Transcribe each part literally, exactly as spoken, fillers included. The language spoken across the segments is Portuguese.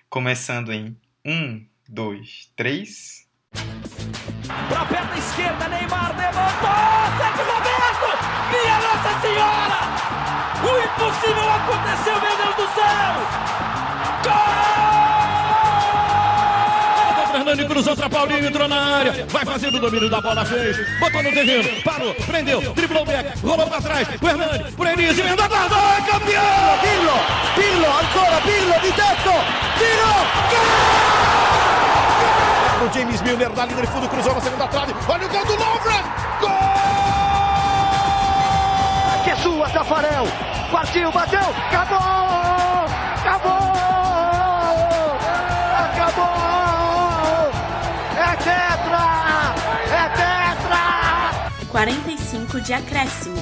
Começando em um, dois, três. Pra perna esquerda, Neymar levantou! Sérgio Roberto! Minha Nossa Senhora! O impossível aconteceu, meu Deus do céu! Gol! Fernando cruzou pra Paulinho, entrou na área, vai fazendo o domínio da bola, fez, botou no terreno, parou, prendeu, driblou o back, rolou pra trás, o Hernani, por Elise, emendou, guardou, é campeão! Pirlo, Pirlo, ancora Pirlo, di tetto, tiro, gol! O James Milner da linha de fundo, cruzou na segunda trave, olha o gol do Lovren, gol! Que é sua, Tafarel, partiu, bateu, acabou, acabou, acabou! É tetra! É tetra! quarenta e cinco de acréscimo.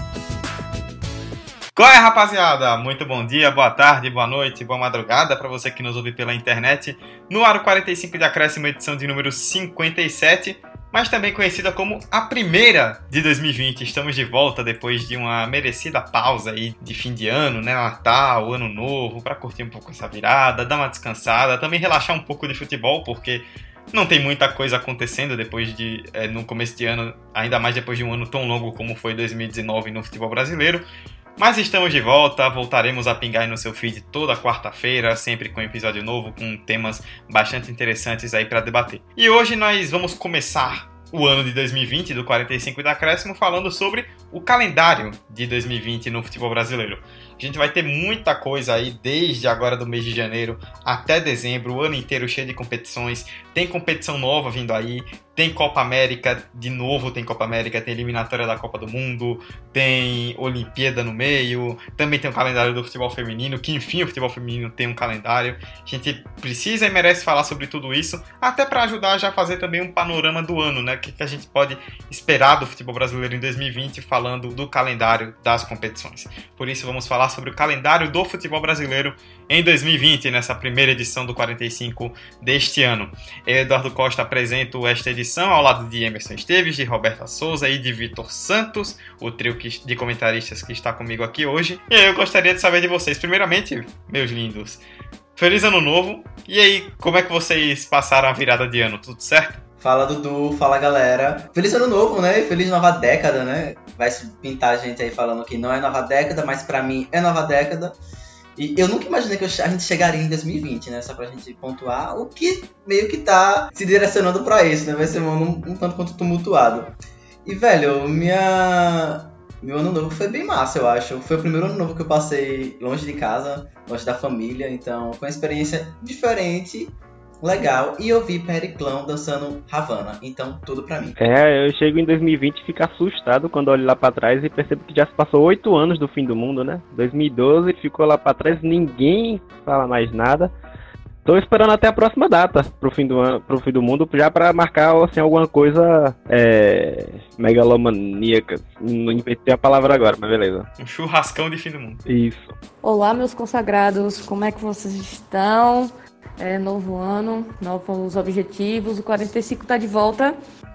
Qual é, rapaziada? Muito bom dia, boa tarde, boa noite, boa madrugada para você que nos ouve pela internet. No Aro quarenta e cinco de acréscimo, edição de número cinquenta e sete, mas também conhecida como a primeira de dois mil e vinte. Estamos de volta depois de uma merecida pausa aí de fim de ano, né? Natal, Ano Novo, para curtir um pouco essa virada, dar uma descansada, também relaxar um pouco de futebol, porque não tem muita coisa acontecendo depois de, é, no começo de ano, ainda mais depois de um ano tão longo como foi dois mil e dezenove no futebol brasileiro. Mas estamos de volta, voltaremos a pingar aí no seu feed toda quarta-feira, sempre com episódio novo, com temas bastante interessantes aí para debater. E hoje nós vamos começar o ano de dois mil e vinte, do quarenta e cinco da Acréscimo, falando sobre o calendário de dois mil e vinte no futebol brasileiro. A gente vai ter muita coisa aí, desde agora do mês de janeiro até dezembro, o ano inteiro cheio de competições. Tem competição nova vindo aí, tem Copa América, de novo tem Copa América, tem eliminatória da Copa do Mundo, tem Olimpíada no meio, também tem o calendário do futebol feminino, que enfim o futebol feminino tem um calendário. A gente precisa e merece falar sobre tudo isso, até para ajudar já a fazer também um panorama do ano, né? O que a gente pode esperar do futebol brasileiro em dois mil e vinte, falando do calendário das competições. Por isso vamos falar sobre o calendário do futebol brasileiro em dois mil e vinte, nessa primeira edição do quarenta e cinco deste ano. Eu, Eduardo Costa, apresento esta edição ao lado de Emerson Esteves, de Roberta Souza e de Vitor Santos, o trio de comentaristas que está comigo aqui hoje. E aí eu gostaria de saber de vocês, primeiramente, meus lindos, feliz ano novo. E aí, como é que vocês passaram a virada de ano? Tudo certo? Fala, Dudu, fala, galera. Feliz ano novo, né? Feliz nova década, né? Vai pintar a gente aí falando que não é nova década, mas pra mim é nova década. E eu nunca imaginei que a gente chegaria em dois mil e vinte, né? Só pra gente pontuar o que meio que tá se direcionando pra isso, né? Vai ser um ano um tanto quanto tumultuado. E, velho, minha... meu ano novo foi bem massa, eu acho. Foi o primeiro ano novo que eu passei longe de casa, longe da família. Então, foi uma experiência diferente, legal, e eu vi Periclão dançando Havana, então tudo pra mim. É, eu chego em dois mil e vinte e fico assustado quando olho lá pra trás e percebo que já se passou oito anos do fim do mundo, né? dois mil e doze, ficou lá pra trás, ninguém fala mais nada. Tô esperando até a próxima data pro fim do ano, pro fim do mundo, já pra marcar assim, alguma coisa é, megalomaníaca. Não inventei a palavra agora, mas beleza. Um churrascão de fim do mundo. Isso. Olá, meus consagrados, como é que vocês estão? É novo ano, novos objetivos, o quarenta e cinco tá de volta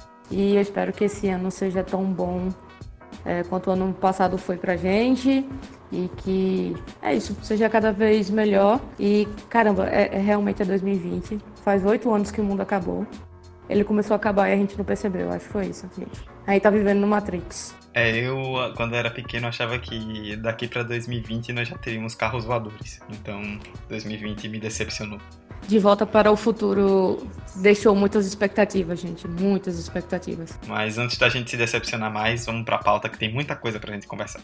e eu espero que esse ano seja tão bom é, quanto o ano passado foi pra gente e que é isso, seja cada vez melhor. E caramba, é, é realmente é dois mil e vinte, faz oito anos que o mundo acabou. Ele começou a acabar e a gente não percebeu, acho que foi isso, gente. Aí tá vivendo no Matrix. É, eu, quando era pequeno, achava que daqui pra dois mil e vinte nós já teríamos carros voadores. Então, dois mil e vinte me decepcionou. De Volta para o Futuro deixou muitas expectativas, gente. Muitas expectativas. Mas antes da gente se decepcionar mais, vamos pra pauta que tem muita coisa pra gente conversar.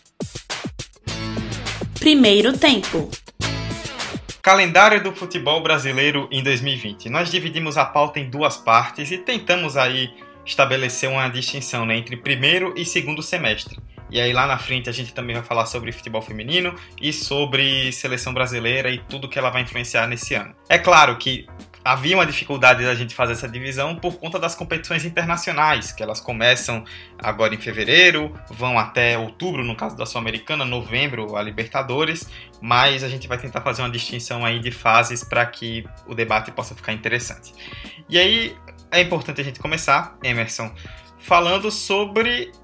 Primeiro tempo. Calendário do futebol brasileiro em dois mil e vinte. Nós dividimos a pauta em duas partes e tentamos aí estabelecer uma distinção, né, entre primeiro e segundo semestre. E aí lá na frente a gente também vai falar sobre futebol feminino e sobre seleção brasileira e tudo que ela vai influenciar nesse ano. É claro que havia uma dificuldade da gente fazer essa divisão por conta das competições internacionais, que elas começam agora em fevereiro, vão até outubro, no caso da Sul-Americana, novembro, a Libertadores, mas a gente vai tentar fazer uma distinção aí de fases para que o debate possa ficar interessante. E aí é importante a gente começar, Emerson, falando sobre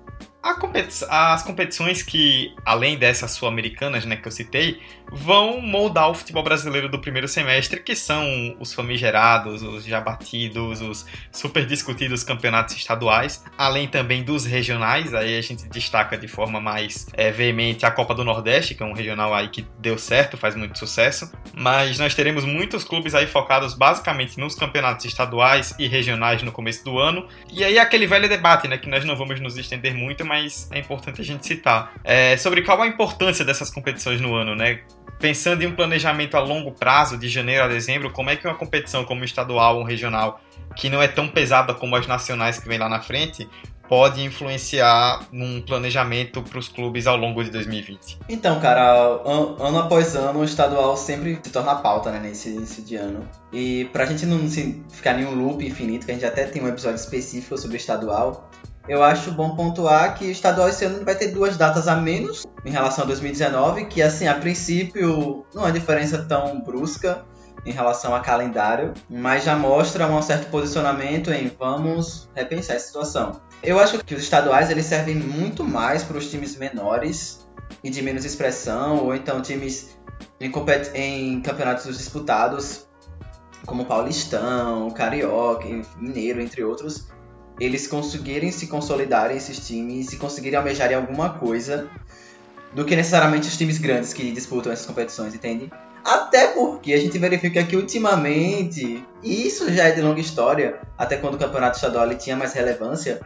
A competi- as competições que, além dessas sul-americanas, né, que eu citei, vão moldar o futebol brasileiro do primeiro semestre, que são os famigerados, os já batidos, os super discutidos campeonatos estaduais, além também dos regionais. Aí a gente destaca de forma mais é, veemente a Copa do Nordeste, que é um regional aí que deu certo, faz muito sucesso, mas nós teremos muitos clubes aí focados basicamente nos campeonatos estaduais e regionais no começo do ano, e aí aquele velho debate, né, que nós não vamos nos estender muito, mas mas é importante a gente citar, é, sobre qual a importância dessas competições no ano, né? Pensando em um planejamento a longo prazo, de janeiro a dezembro, como é que uma competição como estadual ou regional, que não é tão pesada como as nacionais que vem lá na frente, pode influenciar num planejamento para os clubes ao longo de dois mil e vinte? Então, cara, an- ano após ano, o estadual sempre se torna pauta, né, nesse início de ano. E pra gente não se ficar em um loop infinito, que a gente até tem um episódio específico sobre o estadual, eu acho bom pontuar que o estadual esse ano vai ter duas datas a menos em relação a dois mil e dezenove, que assim, a princípio não é uma diferença tão brusca em relação a calendário, mas já mostra um certo posicionamento em vamos repensar a situação. Eu acho que os estaduais eles servem muito mais para os times menores e de menos expressão, ou então times em, compet- em campeonatos disputados, como Paulistão, Carioca, Mineiro, entre outros, eles conseguirem se consolidarem, esses times, e conseguirem almejarem alguma coisa do que necessariamente os times grandes que disputam essas competições, entende? Até porque a gente verifica que ultimamente, e isso já é de longa história, até quando o campeonato estadual ele tinha mais relevância,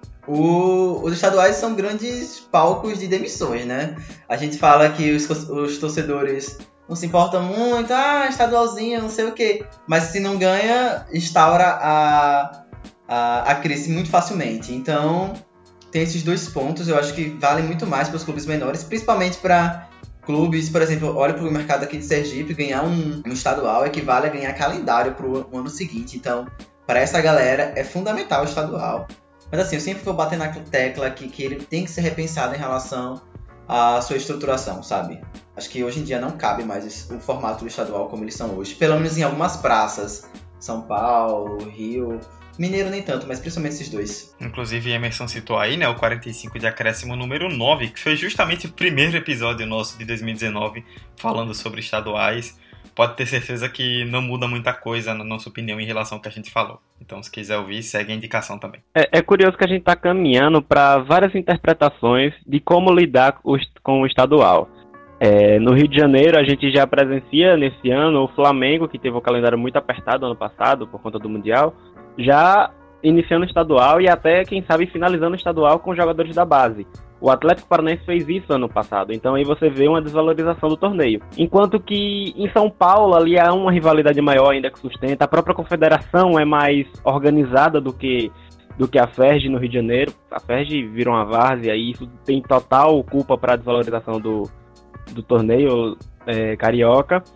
o, os estaduais são grandes palcos de demissões, né? A gente fala que os, os torcedores não se importam muito, ah, estadualzinho, não sei o quê, mas se não ganha, instaura a... A, a crise muito facilmente. Então tem esses dois pontos, eu acho que valem muito mais para os clubes menores, principalmente para clubes, por exemplo, olha para o mercado aqui de Sergipe, ganhar um, um estadual equivale a ganhar calendário para o ano seguinte. Então para essa galera é fundamental o estadual, mas assim, eu sempre vou bater na tecla aqui que ele tem que ser repensado em relação à sua estruturação, sabe? Acho que hoje em dia não cabe mais o formato do estadual como eles são hoje, pelo menos em algumas praças, São Paulo, Rio, Mineiro nem tanto, mas principalmente esses dois. Inclusive, Emerson citou aí, né, o quarenta e cinco de acréscimo número nove, que foi justamente o primeiro episódio nosso de dois mil e dezenove, falando sobre estaduais. Pode ter certeza que não muda muita coisa, na nossa opinião, em relação ao que a gente falou. Então, se quiser ouvir, segue a indicação também. É, é curioso que a gente está caminhando para várias interpretações de como lidar com o estadual. É, no Rio de Janeiro, a gente já presencia nesse ano o Flamengo, que teve um calendário muito apertado ano passado, por conta do Mundial, já iniciando o estadual e até, quem sabe, finalizando o estadual com os jogadores da base. O Atlético Paranaense fez isso ano passado, então aí você vê uma desvalorização do torneio. Enquanto que em São Paulo ali há uma rivalidade maior ainda que sustenta, a própria confederação é mais organizada do que, do que a F E R J no Rio de Janeiro. A F E R J virou uma várzea e isso tem total culpa para a desvalorização do, do torneio é, carioca.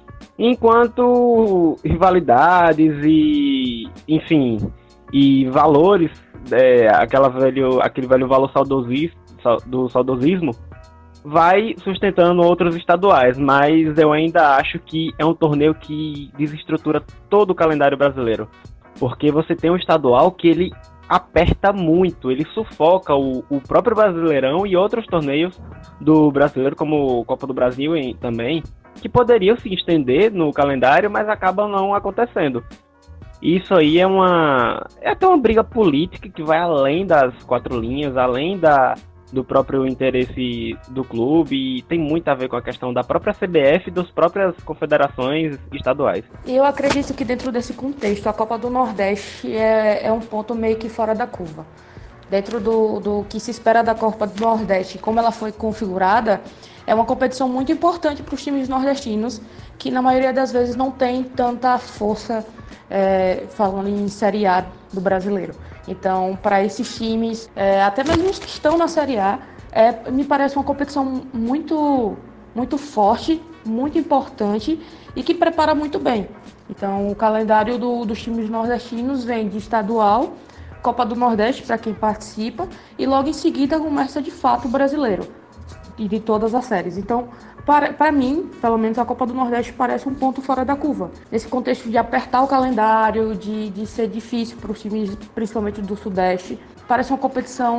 Enquanto rivalidades e, enfim, e valores, é, aquela velho, aquele velho valor saudosismo, do saudosismo, vai sustentando outros estaduais, mas eu ainda acho que é um torneio que desestrutura todo o calendário brasileiro, porque você tem um estadual que ele aperta muito, ele sufoca o, o próprio Brasileirão e outros torneios do brasileiro, como Copa do Brasil em, também, que poderiam se estender no calendário, mas acabam não acontecendo. Isso aí é uma é até uma briga política que vai além das quatro linhas, além da, do próprio interesse do clube, e tem muito a ver com a questão da própria C B F e das próprias confederações estaduais. E eu acredito que dentro desse contexto, a Copa do Nordeste é, é um ponto meio que fora da curva. Dentro do, do que se espera da Copa do Nordeste, como ela foi configurada, é uma competição muito importante para os times nordestinos, que na maioria das vezes não tem tanta força, é, falando em Série A do brasileiro. Então, para esses times, é, até mesmo os que estão na Série A, é, me parece uma competição muito, muito forte, muito importante e que prepara muito bem. Então, o calendário do, dos times nordestinos vem de estadual, Copa do Nordeste para quem participa, e logo em seguida começa de fato o brasileiro, e de todas as séries. Então, para, para mim, pelo menos a Copa do Nordeste parece um ponto fora da curva. Nesse contexto de apertar o calendário, de, de ser difícil para os times, principalmente do Sudeste, parece uma competição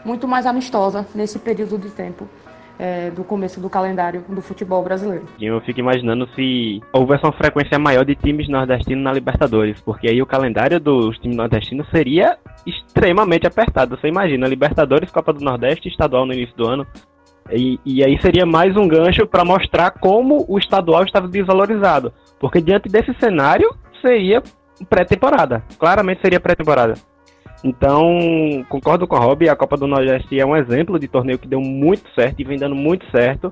muito mais amistosa nesse período de tempo. É, do começo do calendário do futebol brasileiro. Eu fico imaginando se houvesse uma frequência maior de times nordestinos na Libertadores, porque aí o calendário dos times nordestinos seria extremamente apertado. Você imagina, Libertadores, Copa do Nordeste, estadual no início do ano, e, e aí seria mais um gancho para mostrar como o estadual estava desvalorizado, porque diante desse cenário seria pré-temporada, claramente seria pré-temporada. Então, concordo com a Rob, a Copa do Nordeste é um exemplo de torneio que deu muito certo e vem dando muito certo.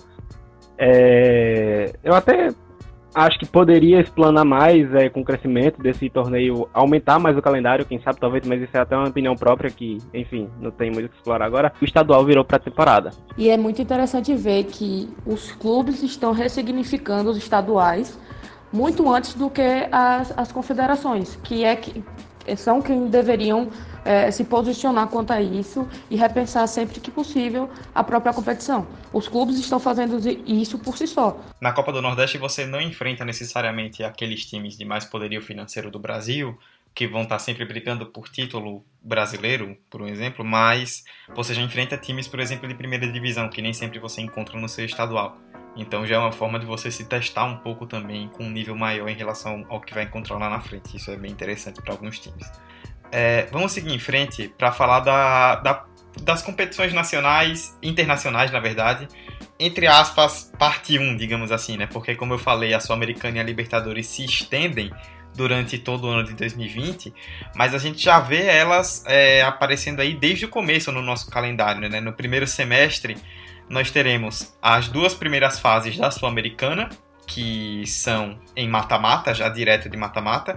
É... Eu até acho que poderia explanar mais é, com o crescimento desse torneio, aumentar mais o calendário, quem sabe talvez, mas isso é até uma opinião própria que, enfim, não tem muito o que explorar agora. O estadual virou pré-temporada. E é muito interessante ver que os clubes estão ressignificando os estaduais muito antes do que as, as confederações, que, é que são quem deveriam É, se posicionar quanto a isso e repensar sempre que possível a própria competição. Os clubes estão fazendo isso por si só. Na Copa do Nordeste você não enfrenta necessariamente aqueles times de mais poderio financeiro do Brasil, que vão estar sempre brigando por título brasileiro, por um exemplo, mas você já enfrenta times, por exemplo, de primeira divisão, que nem sempre você encontra no seu estadual. Então já é uma forma de você se testar um pouco também com um nível maior em relação ao que vai encontrar lá na frente. Isso é bem interessante para alguns times. É, vamos seguir em frente para falar da, da, das competições nacionais, internacionais, na verdade, entre aspas, parte um, digamos assim, né? Porque, como eu falei, a Sul-Americana e a Libertadores se estendem durante todo o ano de dois mil e vinte, mas a gente já vê elas é, aparecendo aí desde o começo no nosso calendário, né? No primeiro semestre, nós teremos as duas primeiras fases da Sul-Americana, que são em mata-mata, já direto de mata-mata,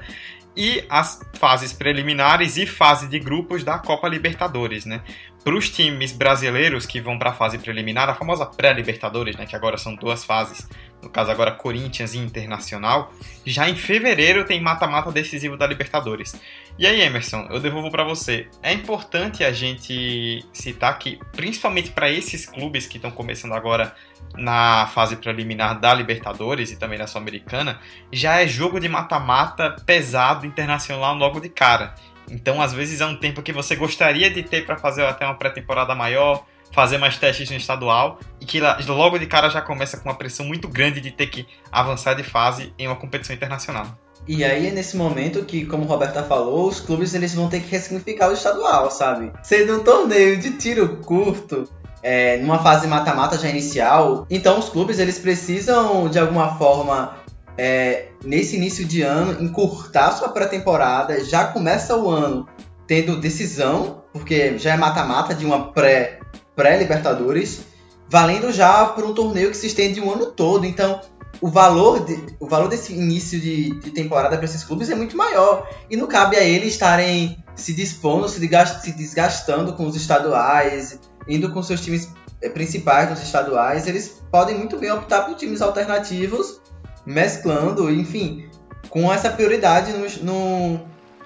e as fases preliminares e fase de grupos da Copa Libertadores, né? Para os times brasileiros que vão para a fase preliminar, a famosa pré-Libertadores, né? Que agora são duas fases, no caso agora Corinthians e Internacional, já em fevereiro tem mata-mata decisivo da Libertadores. E aí, Emerson, eu devolvo para você. É importante a gente citar que, principalmente para esses clubes que estão começando agora na fase preliminar da Libertadores e também da Sul-Americana, já é jogo de mata-mata pesado internacional logo de cara. Então, às vezes, é um tempo que você gostaria de ter para fazer até uma pré-temporada maior, fazer mais testes no estadual, e que logo de cara já começa com uma pressão muito grande de ter que avançar de fase em uma competição internacional. E aí é nesse momento que, como o Roberta falou, os clubes eles vão ter que ressignificar o estadual, sabe? Sendo um torneio de tiro curto, é, numa fase mata-mata já inicial, então os clubes eles precisam, de alguma forma, é, nesse início de ano, encurtar sua pré-temporada, já começa o ano tendo decisão, porque já é mata-mata de uma pré, pré-Libertadores, valendo já por um torneio que se estende um ano todo. Então, o valor, de, o valor desse início de, de temporada para esses clubes é muito maior. E não cabe a eles estarem se dispondo, se desgastando com os estaduais, indo com seus times principais nos estaduais. Eles podem muito bem optar por times alternativos, mesclando, enfim, com essa prioridade no, no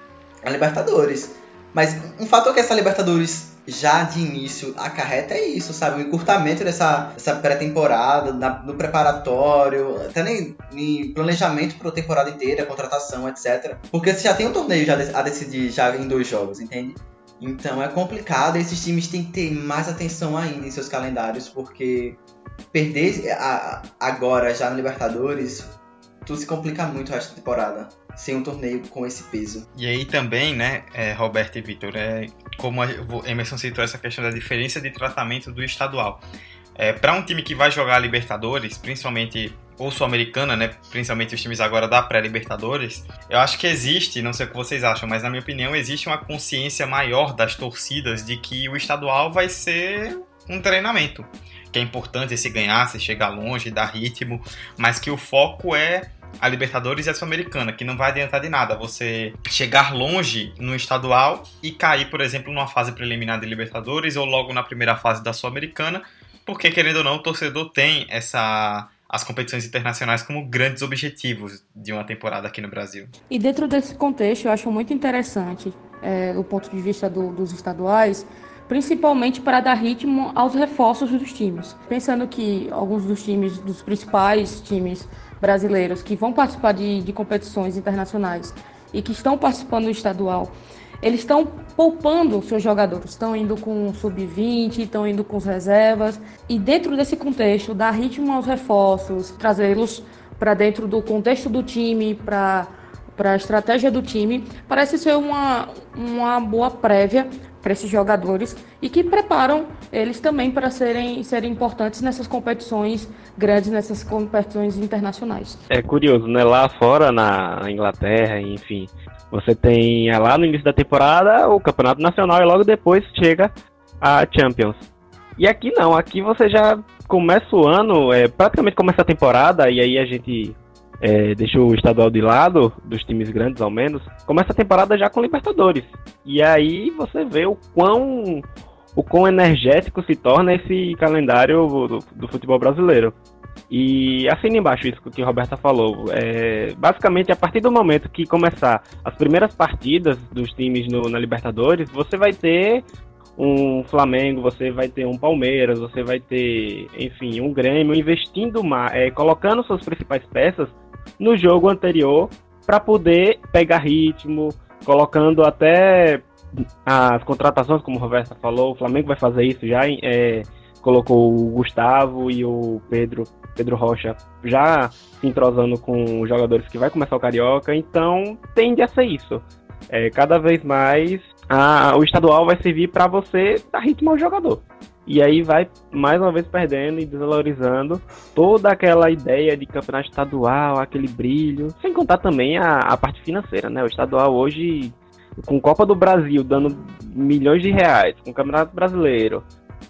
a Libertadores. Mas um fator que essa Libertadores já de início acarreta é isso, sabe? O encurtamento dessa, dessa pré-temporada, na, no preparatório, até nem, nem planejamento para a temporada inteira, contratação, etcétera. Porque você já tem um torneio já a decidir já em dois jogos, entende? Então é complicado, esses times têm que ter mais atenção ainda em seus calendários, porque perder a, agora já no Libertadores, tudo se complica muito o resto da temporada, sem um torneio com esse peso. E aí também, né, é, Roberto e Vitor, é, como a Emerson citou essa questão da diferença de tratamento do estadual. É, para um time que vai jogar a Libertadores, principalmente ou Sul-Americana, né, principalmente os times agora da pré-Libertadores, eu acho que existe, não sei o que vocês acham, mas na minha opinião existe uma consciência maior das torcidas de que o estadual vai ser um treinamento, que é importante se ganhar, se chegar longe, dar ritmo, mas que o foco é a Libertadores e a Sul-Americana, que não vai adiantar de nada você chegar longe no estadual e cair, por exemplo, numa fase preliminar de Libertadores ou logo na primeira fase da Sul-Americana, porque, querendo ou não, o torcedor tem essa, as competições internacionais como grandes objetivos de uma temporada aqui no Brasil. E dentro desse contexto, eu acho muito interessante é, o ponto de vista do, dos estaduais, principalmente para dar ritmo aos reforços dos times. Pensando que alguns dos times, dos principais times brasileiros que vão participar de, de competições internacionais e que estão participando do estadual, eles estão poupando seus jogadores, estão indo com sub vinte, estão indo com as reservas, e dentro desse contexto, dar ritmo aos reforços, trazê-los para dentro do contexto do time, para para a estratégia do time, parece ser uma, uma boa prévia para esses jogadores e que preparam eles também para serem, serem importantes nessas competições grandes, nessas competições internacionais. É curioso, né? Lá fora, na Inglaterra, enfim, você tem lá no início da temporada o Campeonato Nacional e logo depois chega a Champions. E aqui não, aqui você já começa o ano, é, praticamente começa a temporada e aí a gente... É, deixa o estadual de lado, dos times grandes ao menos, começa a temporada já com Libertadores. E aí você vê o quão, o quão energético se torna esse calendário do, do futebol brasileiro. E assina embaixo isso que a Roberta falou. É, basicamente, a partir do momento que começar as primeiras partidas dos times no, na Libertadores, você vai ter um Flamengo, você vai ter um Palmeiras, você vai ter, enfim, um Grêmio investindo mais, é, colocando suas principais peças no jogo anterior para poder pegar ritmo, colocando até as contratações, como o Roberta falou, o Flamengo vai fazer isso já, é, colocou o Gustavo e o Pedro, Pedro Rocha já se entrosando com os jogadores que vai começar o Carioca, então tende a ser isso. É, cada vez mais a, o estadual vai servir para você dar ritmo ao jogador. E aí vai mais uma vez perdendo e desvalorizando toda aquela ideia de campeonato estadual, aquele brilho. Sem contar também a, a parte financeira, né? O estadual hoje, com Copa do Brasil dando milhões de reais, com o Campeonato Brasileiro,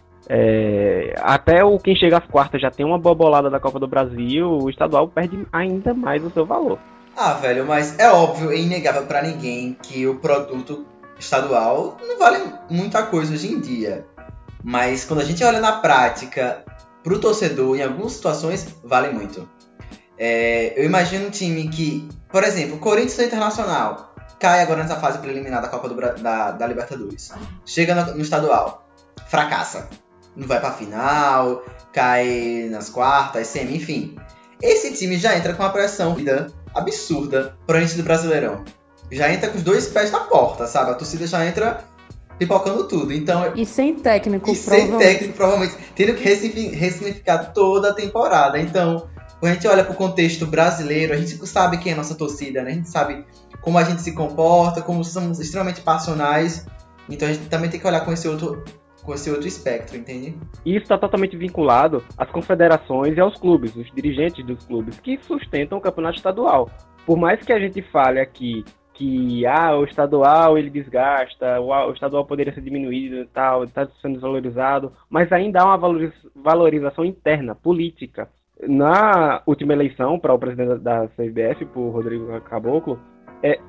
é, até o quem chega às quartas já tem uma boa bolada da Copa do Brasil, o estadual perde ainda mais o seu valor. Ah, velho, mas é óbvio, é inegável pra ninguém que o produto estadual não vale muita coisa hoje em dia. Mas quando a gente olha na prática, pro torcedor, em algumas situações, vale muito. É, eu imagino um time que, por exemplo, o Corinthians Internacional cai agora nessa fase preliminar da Copa do, da, da Libertadores. Chega no, no estadual, fracassa. Não vai pra final, cai nas quartas, semi, enfim. Esse time já entra com uma pressão absurda pro início do Brasileirão. Já entra com os dois pés na porta, sabe? A torcida já entra pipocando tudo. Então, e sem técnico, e sem técnico, provavelmente. Tendo que ressignificar toda a temporada. Então, quando a gente olha pro contexto brasileiro, a gente sabe quem é a nossa torcida, né? A gente sabe como a gente se comporta, como somos extremamente passionais. Então, a gente também tem que olhar com esse outro... com esse outro espectro, entende? Isso está totalmente vinculado às confederações e aos clubes, os dirigentes dos clubes, que sustentam o campeonato estadual. Por mais que a gente fale aqui que ah, o estadual ele desgasta, o, o estadual poderia ser diminuído e tal, está sendo desvalorizado, mas ainda há uma valoriz, valorização interna, política. Na última eleição para o presidente da C B F, por Rodrigo Caboclo, é,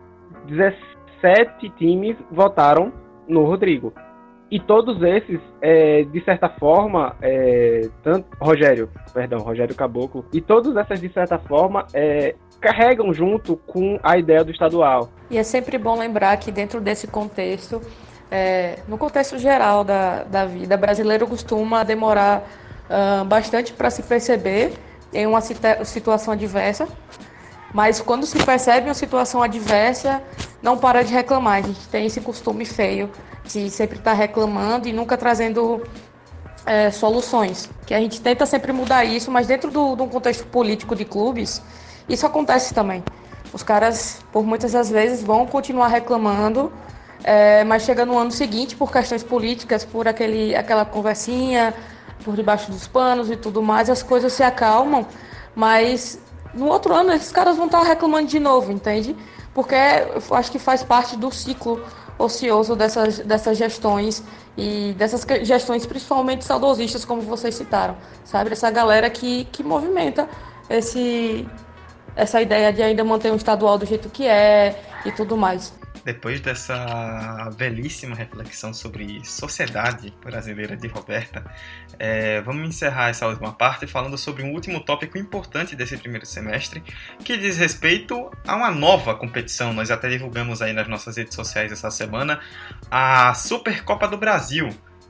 dezessete times votaram no Rodrigo. E todos esses, é, de certa forma, é, tanto Rogério, perdão, Rogério Caboclo, e todos essas, de certa forma, é, carregam junto com a ideia do estadual. E é sempre bom lembrar que dentro desse contexto, é, no contexto geral da, da vida, brasileiro costuma demorar uh, bastante para se perceber em uma situação adversa, mas quando se percebe uma situação adversa, não para de reclamar. A gente tem esse costume feio de sempre estar reclamando e nunca trazendo é, soluções. Que a gente tenta sempre mudar isso, mas dentro do, de um contexto político de clubes, isso acontece também. Os caras, por muitas das vezes, vão continuar reclamando, é, mas chega no ano seguinte, por questões políticas, por aquele, aquela conversinha, por debaixo dos panos e tudo mais, as coisas se acalmam, mas no outro ano esses caras vão estar reclamando de novo, entende? Porque eu acho que faz parte do ciclo ocioso dessas, dessas gestões e dessas gestões principalmente saudosistas, como vocês citaram, sabe? Essa galera que, que movimenta esse, essa ideia de ainda manter um estadual do jeito que é e tudo mais. Depois dessa belíssima reflexão sobre sociedade brasileira de Roberta, é, vamos encerrar essa última parte falando sobre um último tópico importante desse primeiro semestre, que diz respeito a uma nova competição. Nós até divulgamos aí nas nossas redes sociais essa semana a Supercopa do Brasil,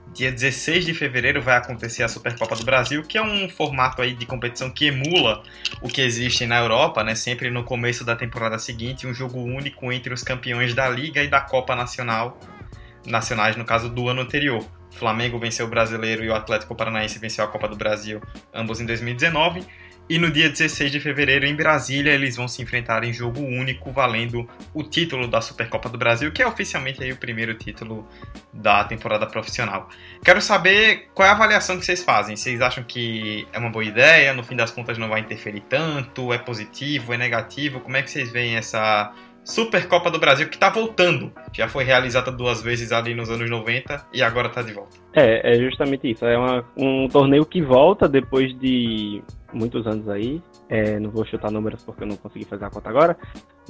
dia dezesseis de fevereiro vai acontecer a Supercopa do Brasil, que é um formato aí de competição que emula o que existe na Europa, né? Sempre no começo da temporada seguinte, um jogo único entre os campeões da Liga e da Copa Nacional, nacionais no caso do ano anterior. O Flamengo venceu o Brasileiro e o Atlético Paranaense venceu a Copa do Brasil, ambos em dois mil e dezenove. E no dia dezesseis de fevereiro, em Brasília, eles vão se enfrentar em jogo único, valendo o título da Supercopa do Brasil, que é oficialmente aí o primeiro título da temporada profissional. Quero saber qual é a avaliação que vocês fazem. Vocês acham que é uma boa ideia? No fim das contas não vai interferir tanto? É positivo? É negativo? Como é que vocês veem essa Supercopa do Brasil, que está voltando? Já foi realizada duas vezes ali nos anos noventa e agora está de volta. É, é justamente isso. É uma, um torneio que volta depois de muitos anos aí. É, não vou chutar números porque eu não consegui fazer a conta agora.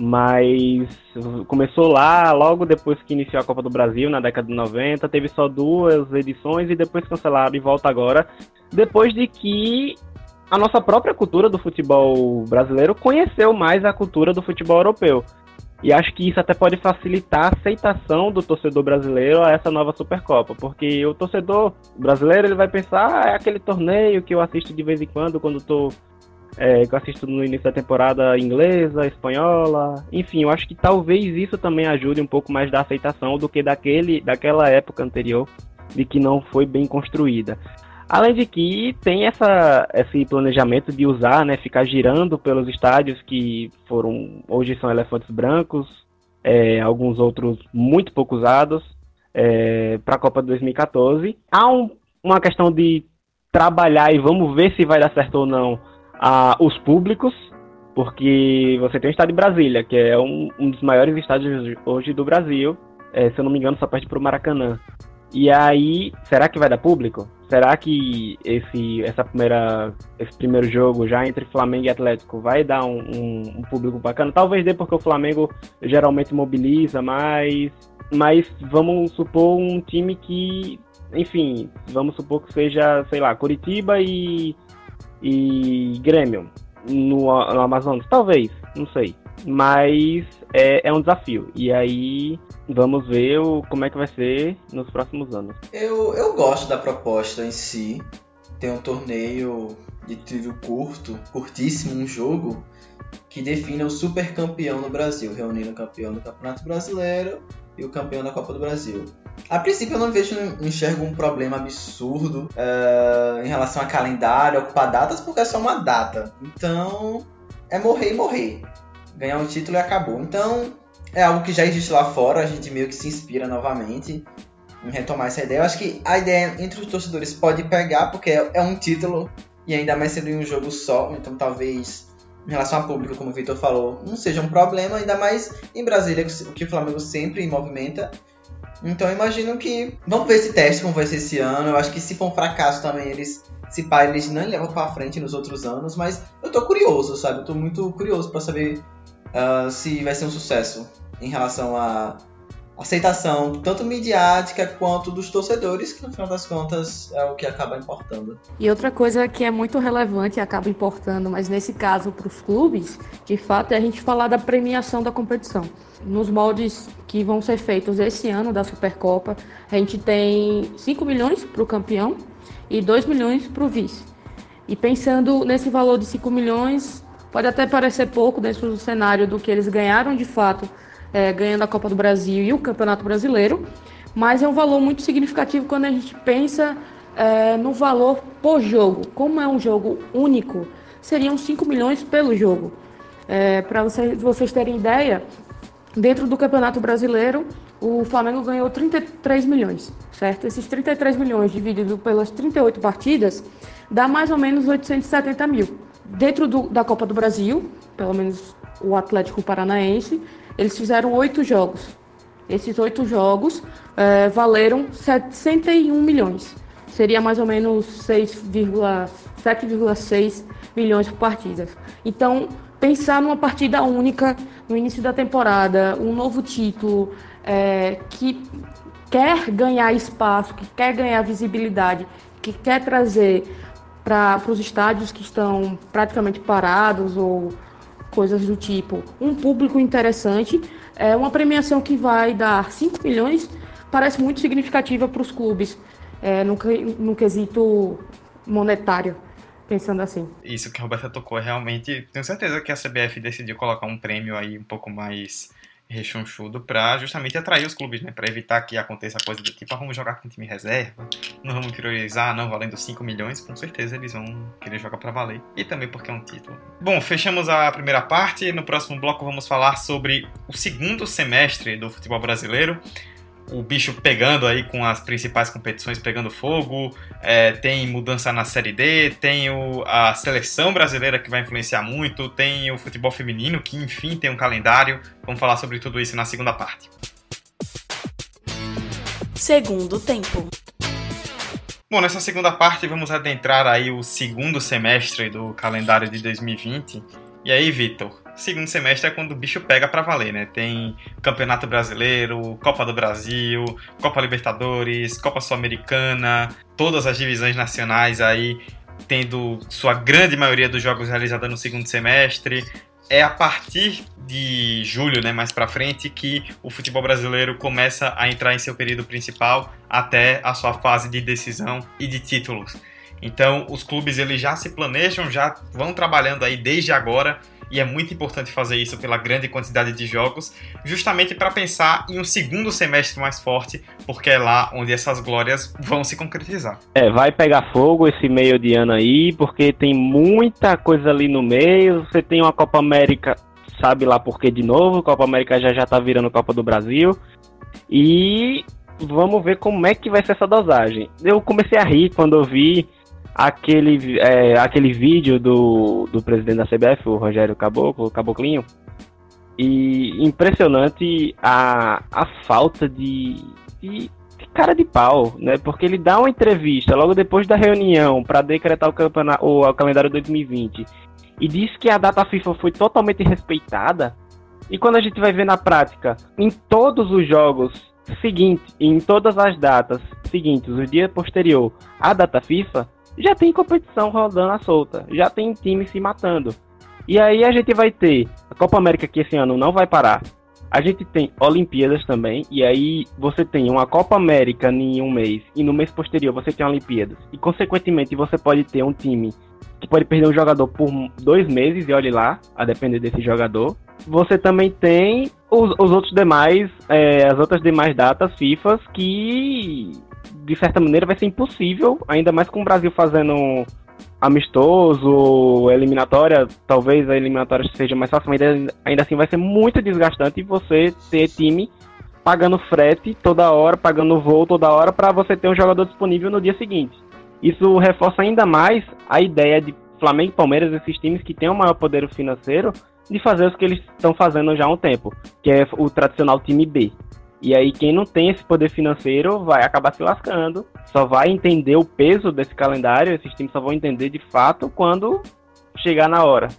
Mas começou lá, logo depois que iniciou a Copa do Brasil, na década de noventa. Teve só duas edições e depois cancelaram e volta agora. Depois de que a nossa própria cultura do futebol brasileiro conheceu mais a cultura do futebol europeu. E acho que isso até pode facilitar a aceitação do torcedor brasileiro a essa nova Supercopa, porque o torcedor brasileiro ele vai pensar, ah, é aquele torneio que eu assisto de vez em quando, quando tô, é, que eu assisto no início da temporada inglesa, espanhola, enfim, eu acho que talvez isso também ajude um pouco mais da aceitação do que daquele, daquela época anterior, de que não foi bem construída. Além de que tem essa, esse planejamento de usar, né, ficar girando pelos estádios que foram, hoje são elefantes brancos, é, alguns outros muito pouco usados, é, para a Copa de dois mil e catorze. Há um, uma questão de trabalhar e vamos ver se vai dar certo ou não a, os públicos, porque você tem o estádio de Brasília, que é um, um dos maiores estádios hoje do Brasil, é, se eu não me engano só perde para o Maracanã. E aí, será que vai dar público? Será que esse, essa primeira, esse primeiro jogo já entre Flamengo e Atlético vai dar um, um, um público bacana? Talvez dê, porque o Flamengo geralmente mobiliza mais, mas vamos supor um time que, enfim, vamos supor que seja, sei lá, Curitiba e, e Grêmio no, no Amazonas, talvez, não sei. Mas é, é um desafio. E aí vamos ver o, como é que vai ser nos próximos anos. Eu, eu gosto da proposta em si. Tem um torneio de tiro curto, curtíssimo, um jogo que define o super campeão no Brasil, reunindo o campeão do Campeonato Brasileiro e o campeão da Copa do Brasil. A princípio eu não vejo, não enxergo um problema absurdo uh, em relação a calendário, ocupar datas, porque é só uma data. Então é morrer e morrer. Ganhar um título e acabou. Então, é algo que já existe lá fora, a gente meio que se inspira novamente em retomar essa ideia. Eu acho que a ideia entre os torcedores pode pegar, porque é um título e ainda mais sendo em um jogo só, então talvez em relação ao público, como o Vitor falou, não seja um problema, ainda mais em Brasília, o que o Flamengo sempre movimenta. Então eu imagino que, vamos ver esse teste como vai ser esse ano. Eu acho que se for um fracasso também, eles se pá, eles não levam pra frente nos outros anos, mas eu tô curioso, sabe? Eu tô muito curioso pra saber Uh, se vai ser um sucesso em relação à aceitação tanto midiática quanto dos torcedores, que no final das contas é o que acaba importando. E outra coisa que é muito relevante e acaba importando, mas nesse caso para os clubes, de fato, é a gente falar da premiação da competição. Nos moldes que vão ser feitos esse ano da Supercopa, a gente tem cinco milhões para o campeão e dois milhões para o vice. E pensando nesse valor de cinco milhões, pode até parecer pouco dentro do cenário do que eles ganharam de fato, é, ganhando a Copa do Brasil e o Campeonato Brasileiro, mas é um valor muito significativo quando a gente pensa é, no valor por jogo. Como é um jogo único, seriam cinco milhões pelo jogo. É, para vocês, vocês terem ideia, dentro do Campeonato Brasileiro, o Flamengo ganhou trinta e três milhões, certo? Esses trinta e três milhões dividido pelas trinta e oito partidas, dá mais ou menos oitocentos e setenta mil. Dentro do, da Copa do Brasil, pelo menos o Atlético Paranaense, eles fizeram oito jogos. Esses oito jogos é, valeram sessenta e um milhões. Seria mais ou menos sete vírgula seis milhões por partida. Então, pensar numa partida única, no início da temporada, um novo título, é, que quer ganhar espaço, que quer ganhar visibilidade, que quer trazer para os estádios que estão praticamente parados ou coisas do tipo, um público interessante, é uma premiação que vai dar cinco milhões, parece muito significativa para os clubes é, no, no quesito monetário, pensando assim. Isso que a Roberta tocou, realmente, tenho certeza que a C B F decidiu colocar um prêmio aí um pouco mais rechonchudo para justamente atrair os clubes, né? Para evitar que aconteça coisa do tipo, ah, vamos jogar com time reserva, não vamos priorizar, não, valendo cinco milhões, com certeza eles vão querer jogar para valer. E também porque é um título. Bom, fechamos a primeira parte, no próximo bloco vamos falar sobre o segundo semestre do futebol brasileiro. O bicho pegando aí com as principais competições pegando fogo, é, tem mudança na Série D, tem o, a seleção brasileira que vai influenciar muito, tem o futebol feminino que enfim tem um calendário. Vamos falar sobre tudo isso na segunda parte. Segundo tempo. Bom, nessa segunda parte vamos adentrar aí o segundo semestre do calendário de dois mil e vinte. E aí, Vitor? Segundo semestre é quando o bicho pega pra valer, né? Tem Campeonato Brasileiro, Copa do Brasil, Copa Libertadores, Copa Sul-Americana, todas as divisões nacionais aí tendo sua grande maioria dos jogos realizados no segundo semestre. É a partir de julho, né, mais pra frente, que o futebol brasileiro começa a entrar em seu período principal até a sua fase de decisão e de títulos. Então, os clubes eles já se planejam, já vão trabalhando aí desde agora, e é muito importante fazer isso pela grande quantidade de jogos, justamente para pensar em um segundo semestre mais forte, porque é lá onde essas glórias vão se concretizar. É, vai pegar fogo esse meio de ano aí, porque tem muita coisa ali no meio. Você tem uma Copa América, sabe lá por quê de novo, Copa América já já tá virando Copa do Brasil, e vamos ver como é que vai ser essa dosagem. Eu comecei a rir quando eu vi Aquele, é, aquele vídeo do, do presidente da C B F, o Rogério Caboclo, Caboclinho, e impressionante a, a falta de, de, de cara de pau, né? Porque ele dá uma entrevista logo depois da reunião para decretar o, campeonato, o, o calendário dois mil e vinte e diz que a data FIFA foi totalmente respeitada, e quando a gente vai ver na prática, em todos os jogos seguintes, em todas as datas seguintes, o dia posterior à data FIFA, já tem competição rodando à solta, já tem time se matando. E aí a gente vai ter a Copa América, que esse ano não vai parar. A gente tem Olimpíadas também, e aí você tem uma Copa América em um mês, e no mês posterior você tem Olimpíadas. E consequentemente você pode ter um time que pode perder um jogador por dois meses, e olhe lá, a depender desse jogador. Você também tem os, os outros demais, é, as outras demais datas FIFA que, de certa maneira, vai ser impossível, ainda mais com o Brasil fazendo amistoso, eliminatória, talvez a eliminatória seja mais fácil, mas ainda, ainda assim vai ser muito desgastante você ter time pagando frete toda hora, pagando voo toda hora para você ter um jogador disponível no dia seguinte. Isso reforça ainda mais a ideia de Flamengo e Palmeiras, esses times que têm um maior poder financeiro, de fazer o que eles estão fazendo já há um tempo, que é o tradicional time B. E aí quem não tem esse poder financeiro vai acabar se lascando, só vai entender o peso desse calendário, esses times só vão entender de fato quando chegar na hora.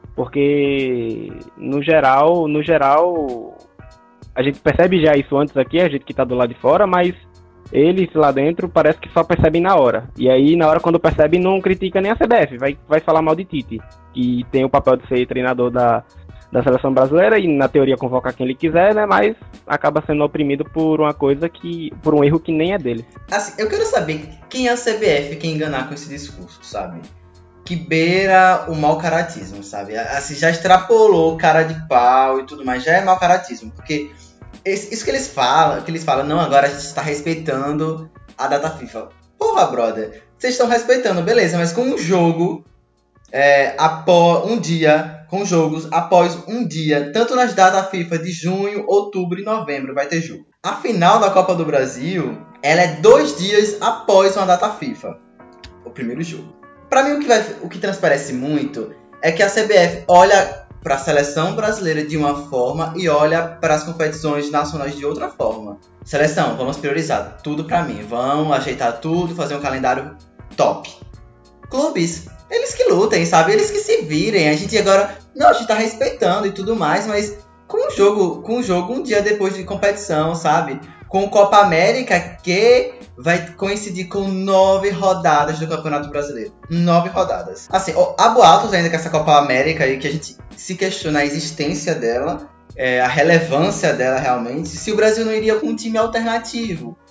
Porque no geral, no geral, a gente percebe já isso antes aqui, a gente que tá do lado de fora, mas eles lá dentro parece que só percebem na hora. E aí na hora quando percebem não critica nem a C B F, vai, vai falar mal de Tite, que tem o papel de ser treinador da... da seleção brasileira e na teoria convocar quem ele quiser, né, mas acaba sendo oprimido por uma coisa que, por um erro que nem é dele. Assim, eu quero saber quem é a C B F que enganar com esse discurso, sabe? Que beira o mau caratismo, sabe? Assim, já extrapolou cara de pau e tudo mais, já é mau caratismo, porque esse, isso que eles falam, que eles falam, não, agora a gente está respeitando a data FIFA. Porra, brother, vocês estão respeitando, beleza, mas com um jogo é, após um dia com jogos após um dia, tanto nas datas FIFA de junho, outubro e novembro vai ter jogo. A final da Copa do Brasil, ela é dois dias após uma data FIFA, o primeiro jogo. Para mim, o que, vai, o que transparece muito é que a C B F olha para a seleção brasileira de uma forma e olha para as competições nacionais de outra forma. Seleção, vamos priorizar tudo para mim, vamos ajeitar tudo, fazer um calendário top. Clubes, eles que lutem, sabe? Eles que se virem. A gente agora... Não, a gente tá respeitando e tudo mais, mas com o jogo, com o jogo um dia depois de competição, sabe? Com Copa América, que vai coincidir com nove rodadas do Campeonato Brasileiro. Nove rodadas. Assim, há boatos ainda que essa Copa América aí, que a gente se questiona a existência dela, é, a relevância dela realmente, se o Brasil não iria com um time alternativo. O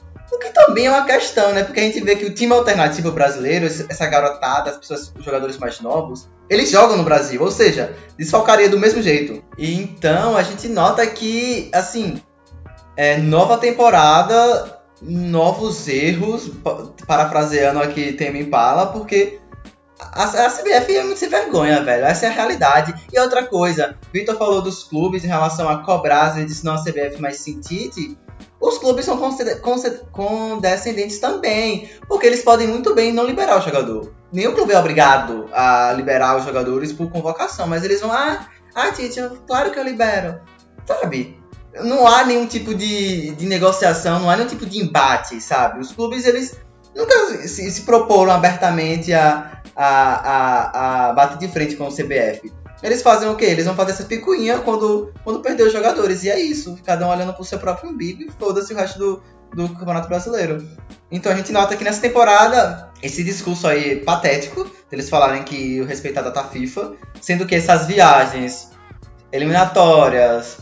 que também é uma questão, né? Porque a gente vê que o time alternativo brasileiro, essa garotada, as pessoas, os jogadores mais novos, eles jogam no Brasil, ou seja, desfalcaria do mesmo jeito. E então a gente nota que, assim, é, nova temporada, novos erros, parafraseando aqui Tame Impala, porque a, a C B F é muito sem vergonha, velho. Essa é a realidade. E outra coisa, Vitor falou dos clubes em relação a cobrar, ele disse não a C B F, mas sim Tite. Os clubes são condescendentes também, porque eles podem muito bem não liberar o jogador. Nenhum clube é obrigado a liberar os jogadores por convocação, mas eles vão, ah, ah Tite, claro que eu libero. Sabe? Não há nenhum tipo de, de negociação, não há nenhum tipo de embate, sabe? Os clubes, eles nunca se, se proporam abertamente a, a, a, a bater de frente com o C B F. Eles fazem o quê? Eles vão fazer essa picuinha quando, quando perder os jogadores. E é isso. Cada um olhando pro seu próprio umbigo e foda-se o resto do, do Campeonato Brasileiro. Então a gente nota que nessa temporada, esse discurso aí patético, deles falarem que o respeito à data FIFA, sendo que essas viagens eliminatórias,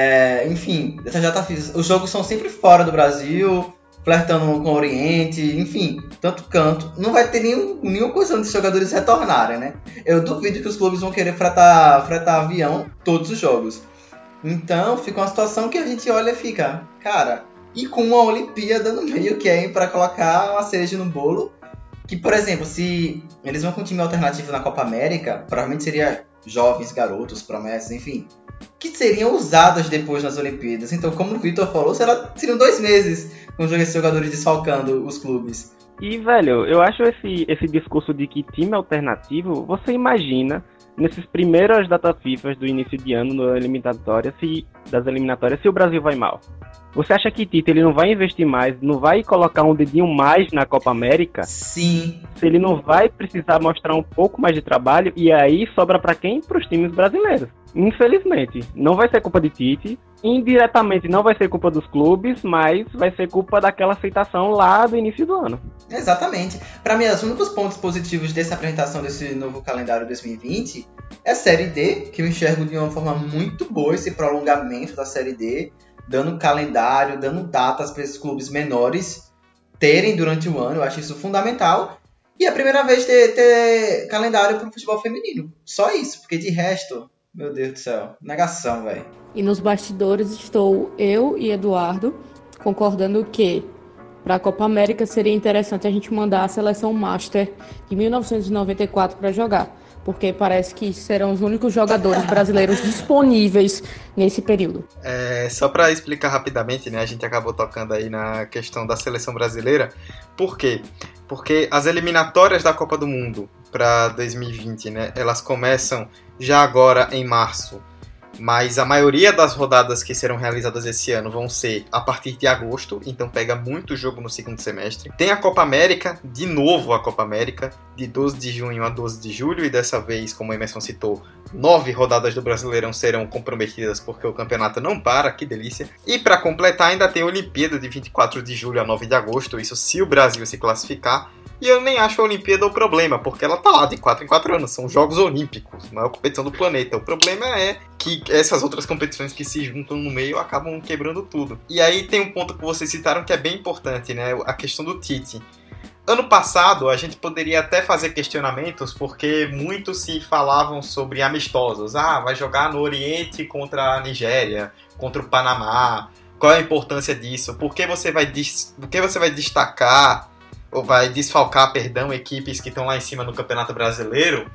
é, enfim, essas data FIFA, os jogos são sempre fora do Brasil, flertando com o Oriente, enfim, tanto canto. Não vai ter nenhum, nenhuma coisa de jogadores retornarem, né? Eu duvido que os clubes vão querer fretar, fretar avião todos os jogos. Então, fica uma situação que a gente olha e fica, cara, e com uma Olimpíada no meio que é para colocar uma cereja no bolo, que, por exemplo, se eles vão com um time alternativo na Copa América, provavelmente seria jovens, garotos, promessas, enfim, que seriam usadas depois nas Olimpíadas. Então, como o Vitor falou, será, seriam dois meses com esses jogadores desfalcando os clubes. E, velho, eu acho esse, esse discurso de que time alternativo, você imagina, nesses primeiros data FIFA do início de ano no eliminatória, se, das eliminatórias, se o Brasil vai mal. Você acha que Tite ele não vai investir mais, não vai colocar um dedinho mais na Copa América? Sim. Se ele não vai precisar mostrar um pouco mais de trabalho, e aí sobra pra quem? Pros times brasileiros. Infelizmente, não vai ser culpa de Tite, indiretamente não vai ser culpa dos clubes, mas vai ser culpa daquela aceitação lá do início do ano. Exatamente. Para mim, os únicos pontos positivos dessa apresentação desse novo calendário dois mil e vinte é a Série D, que eu enxergo de uma forma muito boa esse prolongamento da Série D, dando calendário, dando datas para esses clubes menores terem durante o ano. Eu acho isso fundamental. E é a primeira vez ter, ter calendário para o futebol feminino. Só isso, porque de resto, meu Deus do céu, negação, velho. E nos bastidores estou eu e Eduardo concordando que para a Copa América seria interessante a gente mandar a seleção Master de mil novecentos e noventa e quatro para jogar, porque parece que serão os únicos jogadores brasileiros disponíveis nesse período. É, só para explicar rapidamente, né, a gente acabou tocando aí na questão da seleção brasileira. Por quê? Porque as eliminatórias da Copa do Mundo para dois mil e vinte, né, elas começam já agora em março, mas a maioria das rodadas que serão realizadas esse ano vão ser a partir de agosto, então pega muito jogo no segundo semestre. Tem a Copa América, de novo a Copa América, de doze de junho a doze de julho, e dessa vez, como o Emerson citou, nove rodadas do Brasileirão serão comprometidas porque o campeonato não para, que delícia. E para completar, ainda tem a Olimpíada de vinte e quatro de julho a nove de agosto, isso se o Brasil se classificar. E eu nem acho a Olimpíada o problema, porque ela tá lá de quatro em quatro anos, são Jogos Olímpicos, a maior competição do planeta. O problema é que essas outras competições que se juntam no meio acabam quebrando tudo. E aí tem um ponto que vocês citaram que é bem importante, né? A questão do Tite. Ano passado a gente poderia até fazer questionamentos, porque muitos se falavam sobre amistosos. Ah, vai jogar no Oriente contra a Nigéria, contra o Panamá. Qual é a importância disso? Por que você vai, dis... Por que você vai destacar ou vai desfalcar, perdão, equipes que estão lá em cima no Campeonato Brasileiro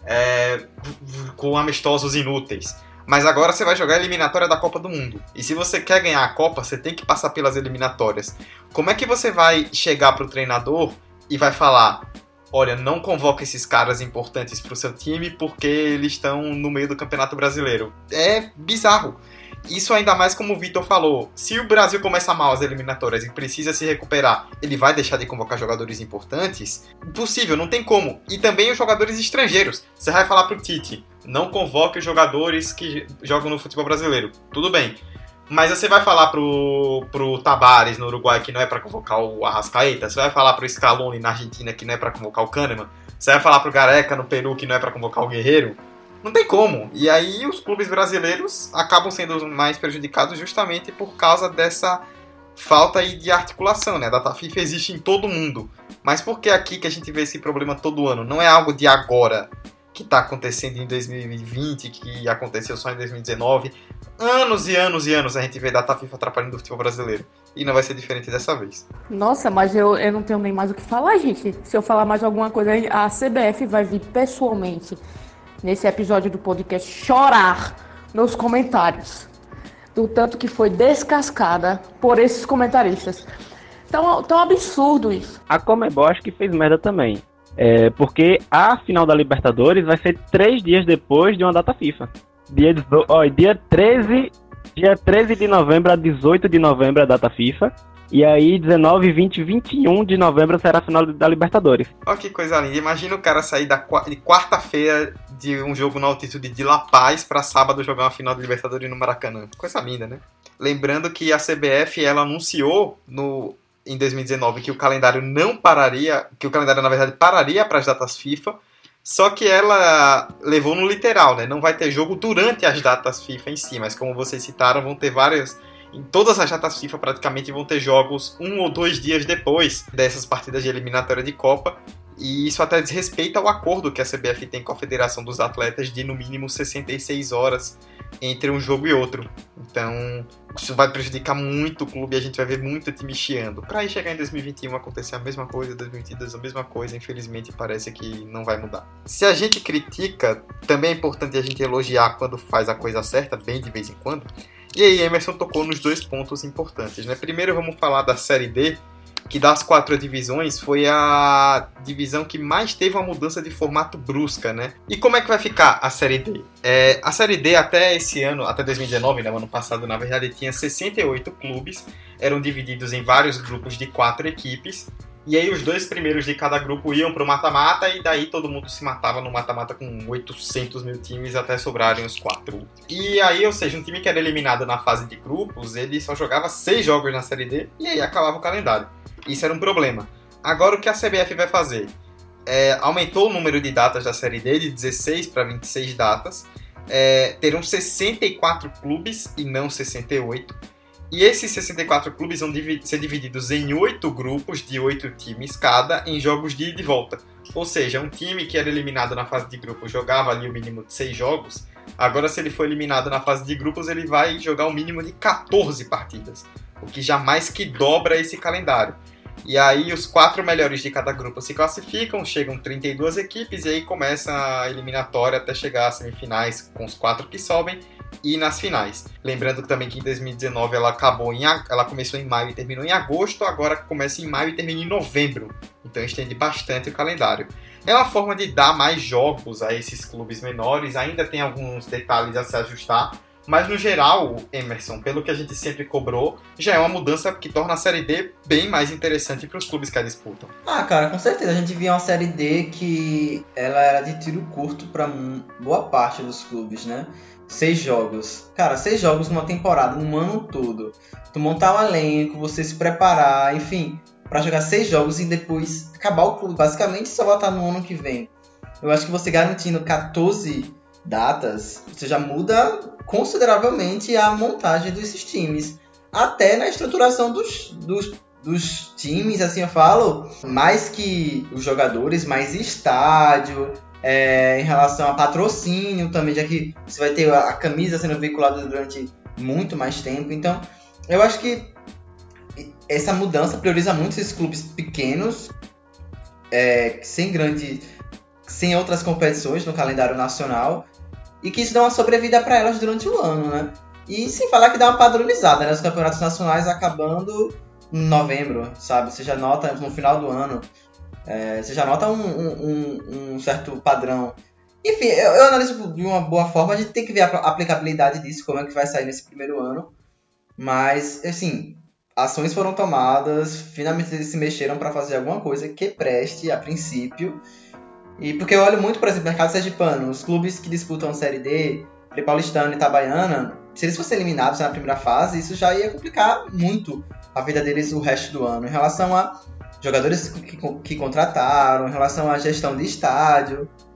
é, com amistosos inúteis? Mas agora você vai jogar a eliminatória da Copa do Mundo. E se você quer ganhar a Copa, você tem que passar pelas eliminatórias. Como é que você vai chegar para o treinador e vai falar: olha, não convoca esses caras importantes para o seu time porque eles estão no meio do Campeonato Brasileiro? É bizarro. Isso ainda mais como o Vitor falou, se o Brasil começar mal as eliminatórias e precisa se recuperar, ele vai deixar de convocar jogadores importantes? Impossível, não tem como. E também os jogadores estrangeiros. Você vai falar pro Tite: não convoque os jogadores que jogam no futebol brasileiro. Tudo bem. Mas você vai falar pro, pro Tabares no Uruguai que não é pra convocar o Arrascaeta? Você vai falar pro Scaloni na Argentina que não é pra convocar o Kahneman? Você vai falar pro Gareca no Peru que não é pra convocar o Guerreiro? Não tem como. E aí os clubes brasileiros acabam sendo os mais prejudicados justamente por causa dessa falta aí de articulação, né? A data FIFA existe em todo mundo. Mas por que aqui que a gente vê esse problema todo ano? Não é algo de agora, que está acontecendo em dois mil e vinte, que aconteceu só em dois mil e dezenove. Anos e anos e anos a gente vê data FIFA atrapalhando o futebol brasileiro. E não vai ser diferente dessa vez. Nossa, mas eu, eu não tenho nem mais o que falar, gente. Se eu falar mais alguma coisa, a C B F vai vir pessoalmente nesse episódio do podcast chorar nos comentários do tanto que foi descascada por esses comentaristas. Tão, tão absurdo isso. A Conmebol acho que fez merda também. É, porque a final da Libertadores vai ser três dias depois de uma data FIFA. Dia, ó, dia, treze, dia treze de novembro a dezoito de novembro é a data FIFA. E aí, dezenove, vinte e vinte e um de novembro será a final da Libertadores. Olha que coisa linda. Imagina o cara sair da, de quarta-feira de um jogo na altitude de La Paz para sábado jogar uma final da Libertadores no Maracanã. Coisa linda, né? Lembrando que a C B F, ela anunciou no, em dois mil e dezenove que o calendário não pararia, que o calendário, na verdade, pararia para as datas FIFA, só que ela levou no literal, né? Não vai ter jogo durante as datas FIFA em si, mas como vocês citaram, vão ter várias... Em todas as datas FIFA praticamente vão ter jogos um ou dois dias depois dessas partidas de eliminatória de Copa. E isso até desrespeita o acordo que a C B F tem com a Federação dos Atletas de no mínimo sessenta e seis horas entre um jogo e outro. Então isso vai prejudicar muito o clube e a gente vai ver muito time chiando. Para aí chegar em dois mil e vinte e um acontecer a mesma coisa, dois mil e vinte e dois a mesma coisa, infelizmente parece que não vai mudar. Se a gente critica, também é importante a gente elogiar quando faz a coisa certa, bem de vez em quando. E aí, Emerson tocou nos dois pontos importantes, né? Primeiro vamos falar da Série D, que das quatro divisões foi a divisão que mais teve uma mudança de formato brusca, né? E como é que vai ficar a Série D? É, a Série D até esse ano, até dois mil e dezenove, né? O ano passado, na verdade, tinha sessenta e oito clubes, eram divididos em vários grupos de quatro equipes, e aí os dois primeiros de cada grupo iam para o mata-mata, e daí todo mundo se matava no mata-mata com oitocentos mil times até sobrarem os quatro. E aí, ou seja, um time que era eliminado na fase de grupos, ele só jogava seis jogos na Série D, e aí acabava o calendário. Isso era um problema. Agora o que a C B F vai fazer? É, aumentou o número de datas da Série D de dezesseis para vinte e seis datas, é, terão sessenta e quatro clubes e não sessenta e oito. E esses sessenta e quatro clubes vão ser divididos em oito grupos de oito times cada, em jogos de ida e volta. Ou seja, um time que era eliminado na fase de grupos jogava ali o mínimo de seis jogos. Agora, se ele for eliminado na fase de grupos, ele vai jogar o mínimo de quatorze partidas, o que já mais que dobra esse calendário. E aí os quatro melhores de cada grupo se classificam, chegam trinta e duas equipes e aí começa a eliminatória até chegar às semifinais com os quatro que sobem e nas finais. Lembrando também que em dois mil e dezenove ela acabou em, ela começou em maio e terminou em agosto, agora começa em maio e termina em novembro. Então estende bastante o calendário. É uma forma de dar mais jogos a esses clubes menores, ainda tem alguns detalhes a se ajustar, mas no geral, Emerson, pelo que a gente sempre cobrou, já é uma mudança que torna a Série D bem mais interessante para os clubes que a disputam. Ah, cara, com certeza. A gente via uma Série D que ela era de tiro curto para boa parte dos clubes, né? Seis jogos. Cara, seis jogos numa temporada, num ano todo. Tu montar um elenco, você se preparar, enfim, para jogar seis jogos e depois acabar o clube. Basicamente, só voltar no ano que vem. Eu acho que você garantindo quatorze datas, você já muda consideravelmente a montagem desses times. Até na estruturação dos, dos, dos times, assim eu falo, mais que os jogadores, mais estádio, é, em relação a patrocínio também, já que você vai ter a, a camisa sendo veiculada durante muito mais tempo. Então, eu acho que essa mudança prioriza muito esses clubes pequenos, é, sem grande, sem outras competições no calendário nacional, e que isso dá uma sobrevida para elas durante o ano, né? E sem falar que dá uma padronizada, né? Os campeonatos nacionais acabando em novembro, sabe? Você já nota no final do ano, é, você já nota um, um, um certo padrão. Enfim, eu, eu analiso de uma boa forma, a gente tem que ver a aplicabilidade disso, como é que vai sair nesse primeiro ano. Mas, assim, ações foram tomadas, finalmente eles se mexeram para fazer alguma coisa que preste a princípio. E porque eu olho muito, por exemplo, no mercado sergipano, os clubes que disputam a Série D, Paulistano e Itabaiana, se eles fossem eliminados na primeira fase, isso já ia complicar muito a vida deles o resto do ano. Em relação a jogadores que, que contrataram, em relação à gestão de estádio,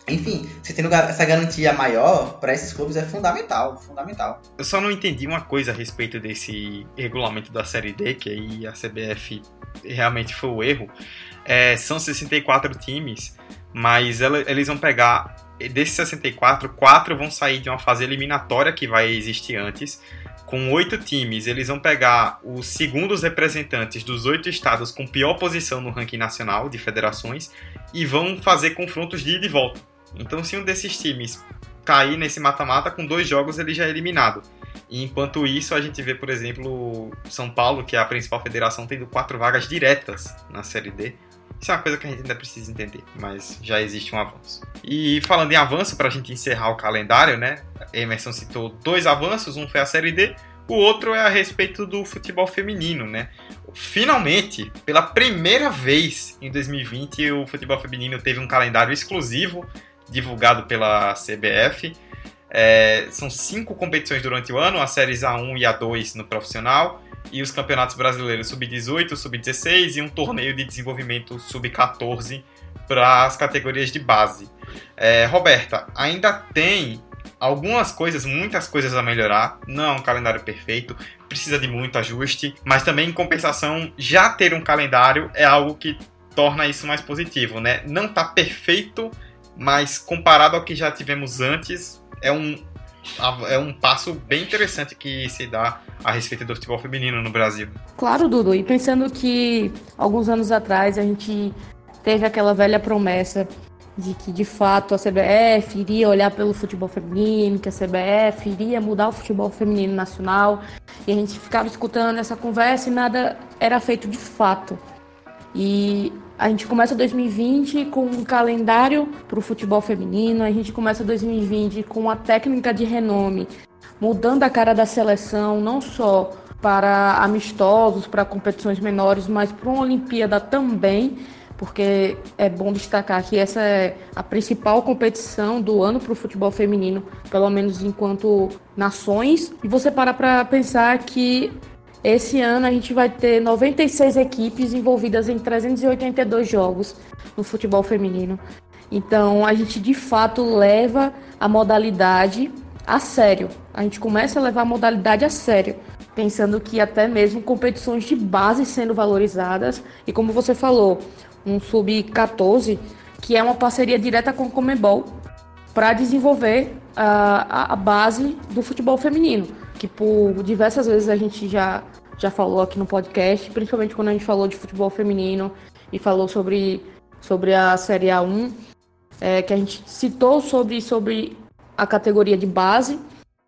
Enfim, você tendo essa garantia maior, para esses clubes é fundamental, fundamental. Eu só não entendi uma coisa a respeito desse regulamento da Série D, que aí a C B F realmente foi o erro. É, são sessenta e quatro times, mas ela, eles vão pegar, desses sessenta e quatro, quatro vão sair de uma fase eliminatória que vai existir antes. Com oito times, eles vão pegar os segundos representantes dos oito estados com pior posição no ranking nacional de federações e vão fazer confrontos de ida e volta. Então, se um desses times cair nesse mata-mata, com dois jogos ele já é eliminado. E enquanto isso, a gente vê, por exemplo, São Paulo, que é a principal federação, tendo quatro vagas diretas na Série D. Isso é uma coisa que a gente ainda precisa entender, mas já existe um avanço. E falando em avanço, para a gente encerrar o calendário, né? Emerson citou dois avanços, um foi a Série D, o outro é a respeito do futebol feminino, né? Finalmente, pela primeira vez em dois mil e vinte, o futebol feminino teve um calendário exclusivo, divulgado pela C B F. É, são cinco competições durante o ano, as séries A um e A dois no profissional, e os campeonatos brasileiros sub dezoito, sub dezesseis e um torneio de desenvolvimento sub catorze para as categorias de base. É, Roberta, ainda tem algumas coisas, muitas coisas a melhorar, não é um calendário perfeito, precisa de muito ajuste, mas também, em compensação, já ter um calendário é algo que torna isso mais positivo, né? Não está perfeito, mas comparado ao que já tivemos antes, é um, é um passo bem interessante que se dá a respeito do futebol feminino no Brasil. Claro, Dudu, e pensando que alguns anos atrás a gente teve aquela velha promessa de que, de fato, a C B F iria olhar pelo futebol feminino, que a C B F iria mudar o futebol feminino nacional, e a gente ficava escutando essa conversa e nada era feito de fato. E a gente começa dois mil e vinte com um calendário para o futebol feminino, a gente começa dois mil e vinte com uma técnica de renome, mudando a cara da seleção, não só para amistosos, para competições menores, mas para uma Olimpíada também, porque é bom destacar que essa é a principal competição do ano para o futebol feminino, pelo menos enquanto nações. E você para para pensar que esse ano a gente vai ter noventa e seis equipes envolvidas em trezentos e oitenta e dois jogos no futebol feminino. Então a gente de fato leva a modalidade a sério. A gente começa a levar a modalidade a sério, pensando que até mesmo competições de base sendo valorizadas. E como você falou, um sub catorze, que é uma parceria direta com o Conmebol para desenvolver a, a base do futebol feminino, que por diversas vezes a gente já, já falou aqui no podcast, principalmente quando a gente falou de futebol feminino e falou sobre, sobre a Série A um, é, que a gente citou sobre, sobre a categoria de base.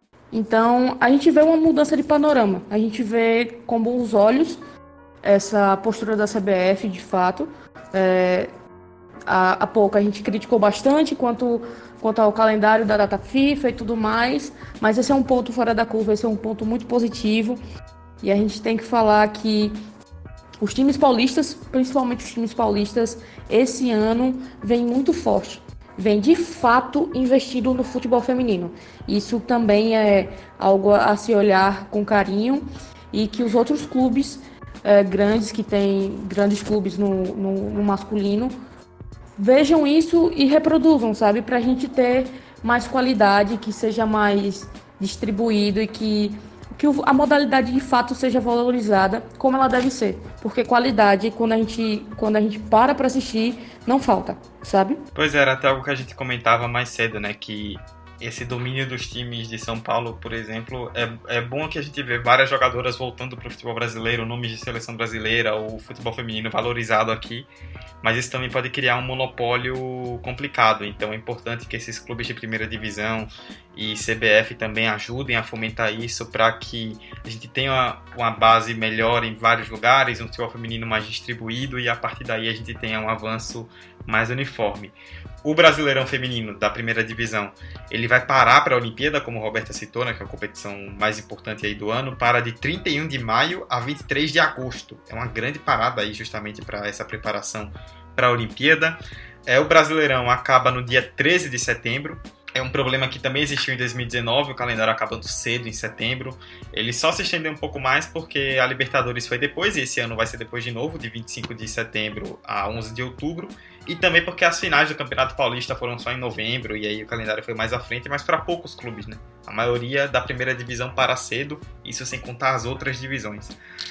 Então a gente vê uma mudança de panorama, a gente vê com bons olhos essa postura da C B F de fato. É, há, há pouco a gente criticou bastante quanto, quanto ao calendário da data FIFA e tudo mais, mas esse é um ponto fora da curva, esse é um ponto muito positivo, e a gente tem que falar que os times paulistas, principalmente os times paulistas, esse ano vem muito forte, vem de fato investido no futebol feminino. Isso também é algo a se olhar com carinho, e que os outros clubes É, grandes, que tem grandes clubes no, no, no masculino, vejam isso e reproduzam, sabe? Pra gente ter mais qualidade, que seja mais distribuído e que, que a modalidade de fato seja valorizada como ela deve ser. Porque qualidade, quando a gente, quando a gente para pra assistir, não falta, sabe? Pois é, era até algo que a gente comentava mais cedo, né? Que esse domínio dos times de São Paulo, por exemplo, é, é bom que a gente vê várias jogadoras voltando para o futebol brasileiro, nomes de seleção brasileira, o futebol feminino valorizado aqui, mas isso também pode criar um monopólio complicado. Então é importante que esses clubes de primeira divisão e C B F também ajudem a fomentar isso para que a gente tenha uma base melhor em vários lugares, um futebol feminino mais distribuído, e a partir daí a gente tenha um avanço mais uniforme. O Brasileirão Feminino da primeira divisão, ele vai parar para a Olimpíada, como a Roberta citou, né, que é a competição mais importante aí do ano, para de trinta e um de maio a vinte e três de agosto. É uma grande parada aí justamente para essa preparação para a Olimpíada. É, o Brasileirão acaba no dia treze de setembro. é um problema que também existiu em dois mil e dezenove, o calendário acabando cedo, em setembro. Ele só se estendeu um pouco mais porque a Libertadores foi depois, e esse ano vai ser depois de novo, de vinte e cinco de setembro a onze de outubro. E também porque as finais do Campeonato Paulista foram só em novembro, e aí o calendário foi mais à frente, mas para poucos clubes, né? A maioria da primeira divisão para cedo, isso sem contar as outras divisões.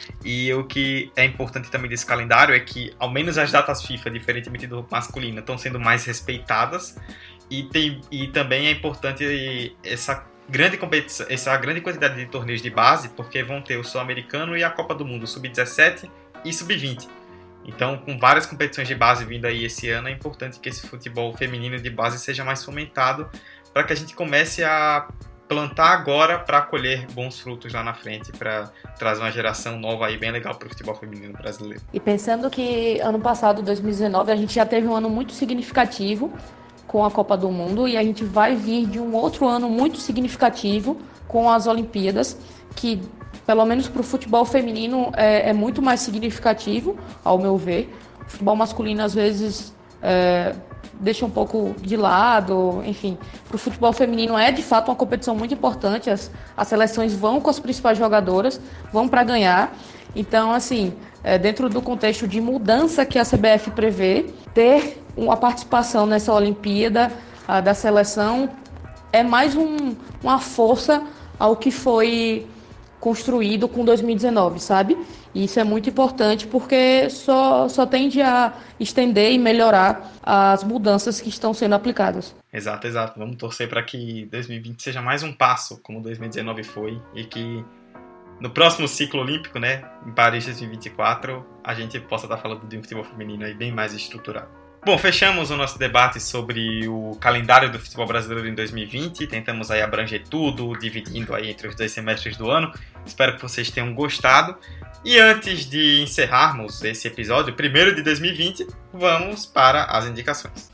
E o que é importante também desse calendário é que, ao menos as datas FIFA, diferentemente do masculino, estão sendo mais respeitadas. E, tem, e também é importante essa grande competição, essa grande quantidade de torneios de base, porque vão ter o Sul-Americano e a Copa do Mundo sub dezessete e sub vinte. Então, com várias competições de base vindo aí esse ano, é importante que esse futebol feminino de base seja mais fomentado para que a gente comece a plantar agora para colher bons frutos lá na frente, para trazer uma geração nova aí bem legal para o futebol feminino brasileiro. E pensando que ano passado, dois mil e dezenove, a gente já teve um ano muito significativo com a Copa do Mundo, e a gente vai vir de um outro ano muito significativo com as Olimpíadas, que pelo menos para o futebol feminino é, é muito mais significativo, ao meu ver. O futebol masculino às vezes é, deixa um pouco de lado, enfim. Para o futebol feminino é de fato uma competição muito importante, as, as seleções vão com as principais jogadoras, vão para ganhar. Então, assim, é, dentro do contexto de mudança que a C B F prevê, ter uma participação nessa Olimpíada a, da seleção é mais um, uma força ao que foi construído com dois mil e dezenove, sabe? E isso é muito importante porque só, só tende a estender e melhorar as mudanças que estão sendo aplicadas. Exato, exato. Vamos torcer para que dois mil e vinte seja mais um passo, como dois mil e dezenove foi, e que no próximo ciclo olímpico, né, em Paris dois mil e vinte e quatro, a gente possa estar falando de um futebol feminino aí bem mais estruturado. Bom, fechamos o nosso debate sobre o calendário do futebol brasileiro em dois mil e vinte. Tentamos aí abranger tudo, dividindo aí entre os dois semestres do ano. Espero que vocês tenham gostado. E antes de encerrarmos esse episódio, primeiro de dois mil e vinte, vamos para as indicações.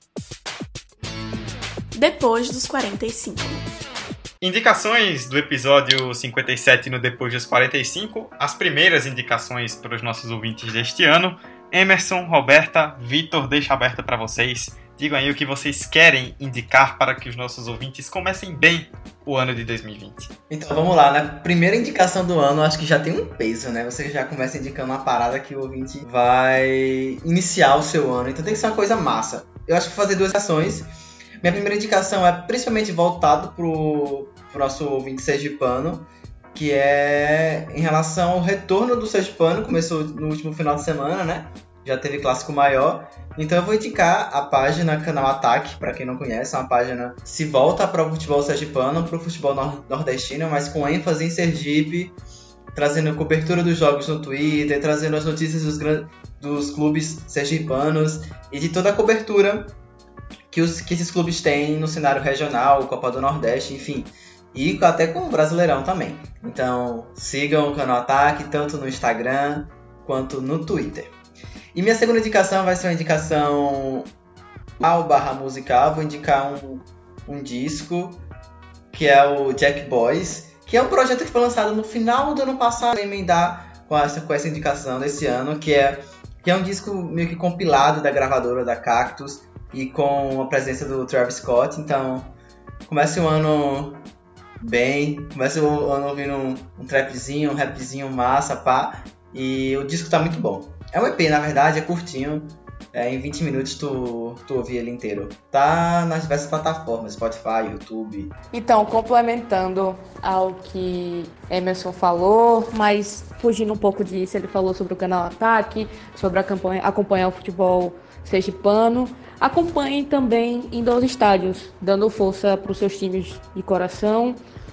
Depois dos quarenta e cinco. Indicações do episódio cinquenta e sete no Depois dos quarenta e cinco. As primeiras indicações para os nossos ouvintes deste ano. Emerson, Roberta, Vitor, deixo aberto para vocês. Digam aí o que vocês querem indicar para que os nossos ouvintes comecem bem o ano de dois mil e vinte. Então vamos lá, na primeira indicação do ano, acho que já tem um peso, né? Você já começa indicando uma parada que o ouvinte vai iniciar o seu ano, então tem que ser uma coisa massa. Eu acho que vou fazer duas ações. Minha primeira indicação é principalmente voltado pro, pro nosso ouvinte sergipano, que é em relação ao retorno do sergipano. Começou no último final de semana, né? Já teve clássico maior. Então eu vou indicar a página Canal Ataque, para quem não conhece, é uma página que se volta para o futebol sergipano, para o futebol nordestino, mas com ênfase em Sergipe, trazendo cobertura dos jogos no Twitter, trazendo as notícias dos, grandes, dos clubes sergipanos e de toda a cobertura que, os, que esses clubes têm no cenário regional, Copa do Nordeste, enfim. E até com o Brasileirão também. Então sigam o Canal Ataque, tanto no Instagram quanto no Twitter. E minha segunda indicação vai ser uma indicação ao barra musical. Vou indicar um, um disco que é o Jack Boys, que é um projeto que foi lançado no final do ano passado, emendar com essa, com essa indicação desse ano, que é, que é um disco meio que compilado da gravadora da Cactus e com a presença do Travis Scott. Então comece o ano bem, comece o ano ouvindo um, um trapzinho, um rapzinho massa, pá, e o disco tá muito bom. É um E P, na verdade, é curtinho. É, em vinte minutos tu, tu ouvir ele inteiro. Tá nas diversas plataformas, Spotify, YouTube. Então, complementando ao que Emerson falou, mas fugindo um pouco disso, ele falou sobre o Canal Ataque, sobre acompanhar, acompanhar o futebol sergipano. Acompanhem também indo aos estádios, dando força para os seus times de coração.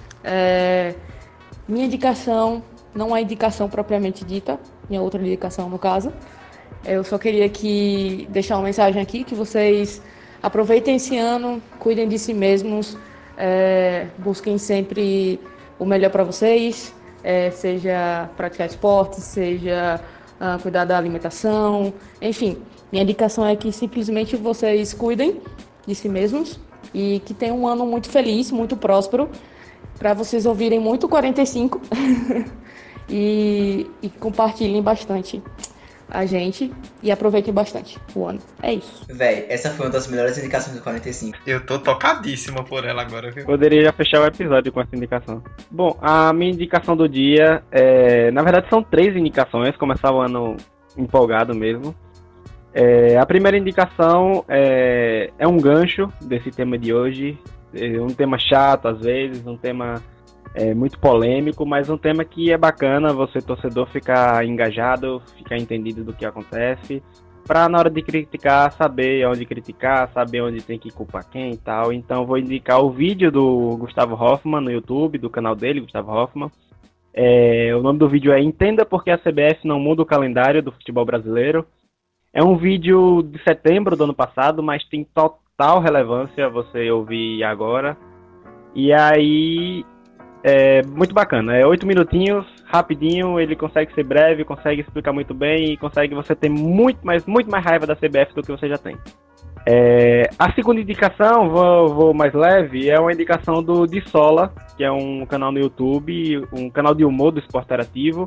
É, minha indicação não é indicação propriamente dita, minha outra indicação no caso. Eu só queria que deixar uma mensagem aqui, que vocês aproveitem esse ano, cuidem de si mesmos, é, busquem sempre o melhor para vocês, é, seja praticar esporte, seja uh, cuidar da alimentação, enfim. Minha indicação é que simplesmente vocês cuidem de si mesmos e que tenham um ano muito feliz, muito próspero, para vocês ouvirem muito quarenta e cinco e, e compartilhem bastante a gente e aproveitem bastante o ano. É isso. Véi, essa foi uma das melhores indicações do quarenta e cinco. Eu tô tocadíssima por ela agora, viu? Poderia já fechar o episódio com essa indicação. Bom, a minha indicação do dia é... Na verdade, são três indicações. Começar o ano empolgado mesmo. É... A primeira indicação é... é um gancho desse tema de hoje. É um tema chato, às vezes. Um tema é, muito polêmico, mas um tema que é bacana você, torcedor, ficar engajado, ficar entendido do que acontece. Pra, na hora de criticar, saber onde criticar, saber onde tem que culpar quem e tal. Então vou indicar o vídeo do Gustavo Hoffmann no YouTube, do canal dele, Gustavo Hoffmann. É, o nome do vídeo é Entenda porque a C B F não muda o calendário do futebol brasileiro. É um vídeo de setembro do ano passado, mas tem total relevância você ouvir agora. E aí, é muito bacana. É oito minutinhos, rapidinho, ele consegue ser breve, consegue explicar muito bem e consegue você ter muito mais, muito mais raiva da C B F do que você já tem. É, a segunda indicação, vou, vou mais leve, é uma indicação do De Sola, que é um canal no YouTube, um canal de humor do Esporte Interativo.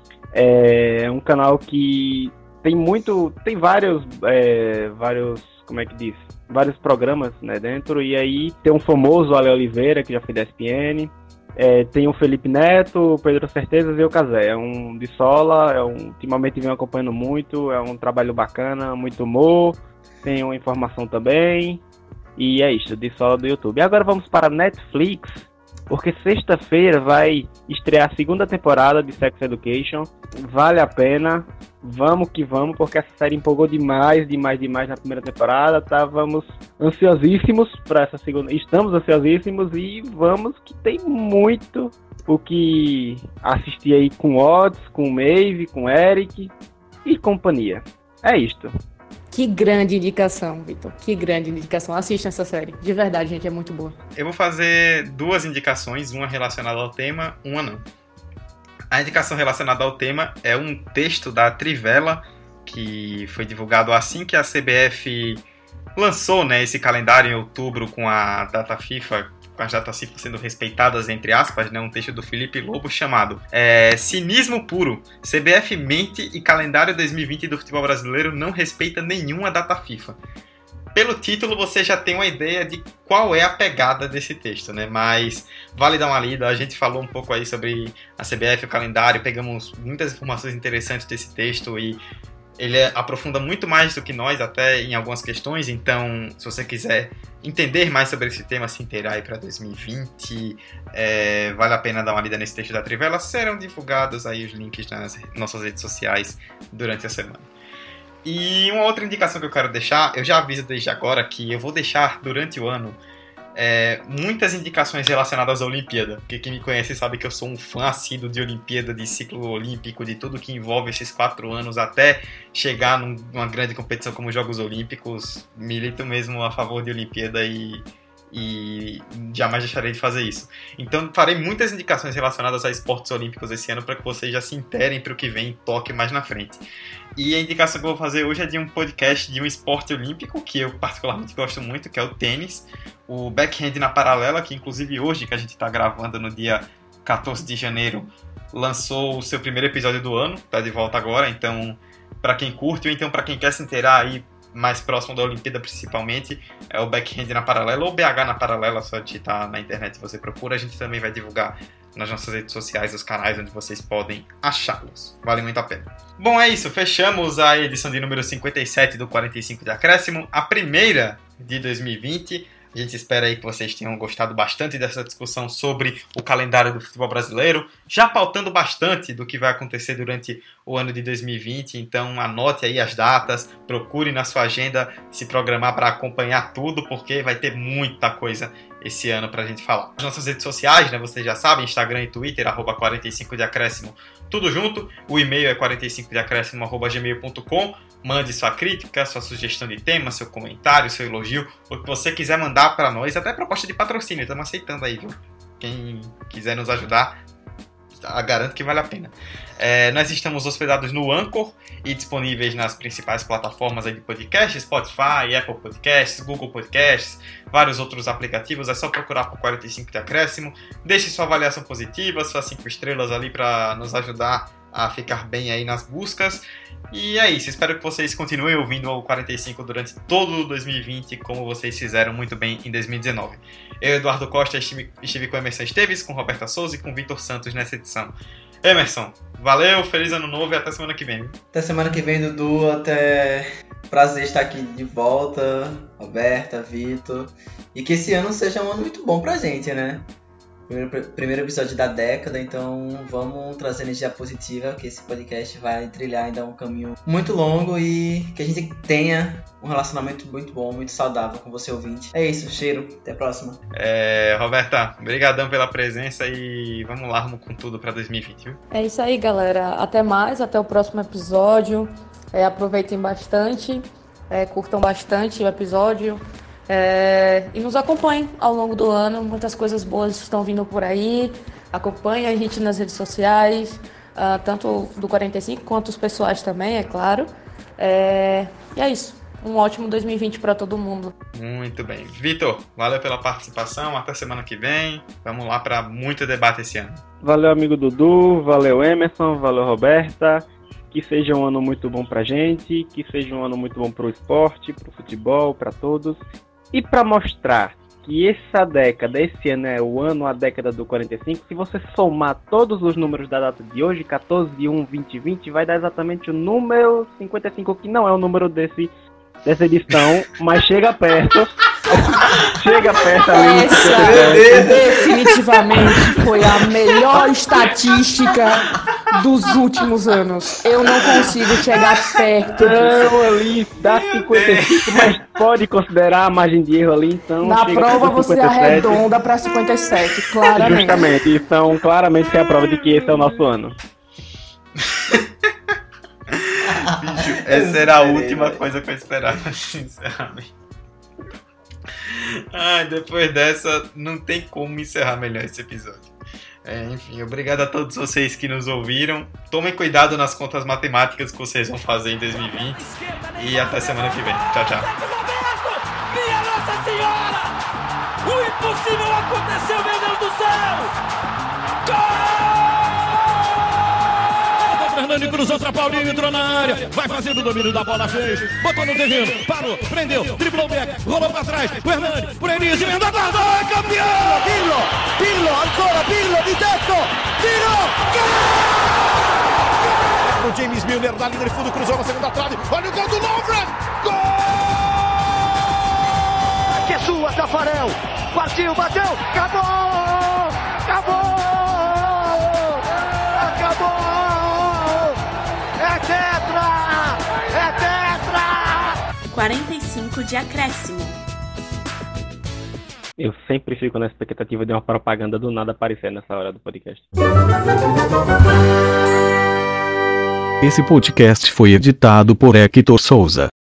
É um canal que tem muito, tem vários, é, vários, como é que diz? Vários programas, né, dentro, e aí tem um famoso Ale Oliveira, que já foi da E S P N. É, tem o Felipe Neto, o Pedro Certezas e o Cazé. É um de Sola, é um, ultimamente venho acompanhando muito, é um trabalho bacana, muito humor, tem uma informação também, e é isso, de Sola do YouTube. E agora vamos para a Netflix, porque sexta-feira vai estrear a segunda temporada de Sex Education, vale a pena, vamos que vamos, porque essa série empolgou demais, demais, demais na primeira temporada, estávamos ansiosíssimos para essa segunda, estamos ansiosíssimos e vamos que tem muito o que assistir aí com Odds, com Maeve, com Eric e companhia. É isto. Que grande indicação, Vitor. Que grande indicação. Assistam essa série. De verdade, gente, é muito boa. Eu vou fazer duas indicações, uma relacionada ao tema, uma não. A indicação relacionada ao tema é um texto da Trivela, que foi divulgado assim que a C B F lançou, né, esse calendário em outubro com a data FIFA, com as datas FIFA sendo respeitadas, entre aspas, né, um texto do Felipe Lobo chamado é, Cinismo Puro. C B F mente e calendário dois mil e vinte do futebol brasileiro não respeita nenhuma data FIFA. Pelo título você já tem uma ideia de qual é a pegada desse texto, né? Mas vale dar uma lida, a gente falou um pouco aí sobre a C B F, o calendário, pegamos muitas informações interessantes desse texto e ele aprofunda muito mais do que nós, até em algumas questões, então se você quiser entender mais sobre esse tema, se inteirar aí para dois mil e vinte, é, vale a pena dar uma lida nesse texto da Trivela, serão divulgados aí os links nas nossas redes sociais durante a semana. E uma outra indicação que eu quero deixar, eu já aviso desde agora que eu vou deixar durante o ano é, muitas indicações relacionadas à Olimpíada, porque quem me conhece sabe que eu sou um fã assíduo de Olimpíada, de ciclo olímpico, de tudo que envolve esses quatro anos até chegar numa grande competição como os Jogos Olímpicos. Milito mesmo a favor de Olimpíada e, e jamais deixarei de fazer isso. Então farei muitas indicações relacionadas a esportes olímpicos esse ano para que vocês já se interem para o que vem em Tóquio mais na frente. E a indicação que eu vou fazer hoje é de um podcast de um esporte olímpico que eu particularmente gosto muito, que é o tênis, o Backhand na Paralela, que inclusive hoje, que a gente está gravando no dia quatorze de janeiro, lançou o seu primeiro episódio do ano, está de volta agora, então para quem curte ou então para quem quer se inteirar aí mais próximo da Olimpíada principalmente, é o Backhand na Paralela, ou B H na Paralela, só digitar na internet você procura, a gente também vai divulgar nas nossas redes sociais, os canais onde vocês podem achá-los. Vale muito a pena. Bom, é isso. Fechamos a edição de número cinquenta e sete do quarenta e cinco de Acréscimo, a primeira de dois mil e vinte. A gente espera aí que vocês tenham gostado bastante dessa discussão sobre o calendário do futebol brasileiro, já pautando bastante do que vai acontecer durante o ano de dois mil e vinte, então anote aí as datas, procure na sua agenda se programar para acompanhar tudo, porque vai ter muita coisa esse ano pra gente falar. As nossas redes sociais, né, vocês já sabem, Instagram e Twitter, arroba quarenta e cinco de acréscimo, tudo junto. O e-mail é quarenta e cinco de acréscimo arroba gmail ponto com. Mande sua crítica, sua sugestão de tema, seu comentário, seu elogio, o que você quiser mandar para nós, até proposta de patrocínio, estamos aceitando aí, viu? Quem quiser nos ajudar, garanto que vale a pena. É, nós estamos hospedados no Anchor e disponíveis nas principais plataformas aí de podcast, Spotify, Apple Podcasts, Google Podcasts, vários outros aplicativos. É só procurar por quarenta e cinco de Acréscimo. Deixe sua avaliação positiva, suas cinco estrelas ali para nos ajudar a ficar bem aí nas buscas. E é isso, espero que vocês continuem ouvindo o quarenta e cinco durante todo dois mil e vinte, como vocês fizeram muito bem em dois mil e dezenove. Eu, Eduardo Costa, estive, estive com Emerson Esteves, com Roberta Souza e com Vitor Santos nessa edição. Emerson, valeu, feliz ano novo e até semana que vem. Até semana que vem, Dudu, até prazer estar aqui de volta, Roberta, Vitor, e que esse ano seja um ano muito bom pra gente, né? Primeiro, primeiro episódio da década, então vamos trazer energia positiva, que esse podcast vai trilhar ainda um caminho muito longo e que a gente tenha um relacionamento muito bom, muito saudável com você, ouvinte. É isso, cheiro, até a próxima. É, Roberta, brigadão pela presença e vamos lá, vamos com tudo para dois mil e vinte, viu? É isso aí, galera. Até mais, até o próximo episódio. É, aproveitem bastante, é, curtam bastante o episódio. É, e nos acompanhem ao longo do ano, muitas coisas boas estão vindo por aí. Acompanhem a gente nas redes sociais, uh, tanto do quarenta e cinco quanto os pessoais também, é claro. É, e é isso, um ótimo dois mil e vinte para todo mundo. Muito bem. Vitor, valeu pela participação, até semana que vem. Vamos lá para muito debate esse ano. Valeu, amigo Dudu, valeu Emerson, valeu Roberta. Que seja um ano muito bom pra gente, que seja um ano muito bom pro esporte, pro futebol, para todos. E para mostrar que essa década, esse ano é o ano, a década do quarenta e cinco, se você somar todos os números da data de hoje, quatorze, um, vinte, vinte, vai dar exatamente o número cinquenta e cinco, que não é o número desse, dessa edição, mas chega perto. Chega perto ali. Essa definitivamente foi a melhor estatística dos últimos anos. Eu não consigo chegar perto disso. Não, ali dá cinquenta e cinco, mas pode considerar a margem de erro ali, então. Na prova você arredonda para cinquenta e sete, claramente. Justamente, então claramente é a prova de que esse é o nosso ano. Bicho, essa era a última coisa que eu esperava, sinceramente. Ai, depois dessa, não tem como encerrar melhor esse episódio. É, enfim, obrigado a todos vocês que nos ouviram. Tomem cuidado nas contas matemáticas que vocês vão fazer em dois mil e vinte. E até semana que vem. Tchau, tchau. Minha Nossa Senhora! O impossível aconteceu, meu Deus do céu! Gol! Fernando cruzou para Paulinho, entrou na área, vai fazendo o domínio da bola, fez, botou no terreno, parou, prendeu, driblou o back, rolou para trás, o Hernani, por Enísio, emendou, guardou, é campeão! Pirlo, Pirlo, ancora Pirlo di tetto, tiro, gol! O James Milner na linha de fundo, cruzou na segunda trave, olha o gol do Lovren, gol! Que é sua, Tafarel, partiu, bateu, acabou, acabou, acabou! É tetra! É tetra! quarenta e cinco de acréscimo. Eu sempre fico na expectativa de uma propaganda do nada aparecer nessa hora do podcast. Esse podcast foi editado por Hector Souza.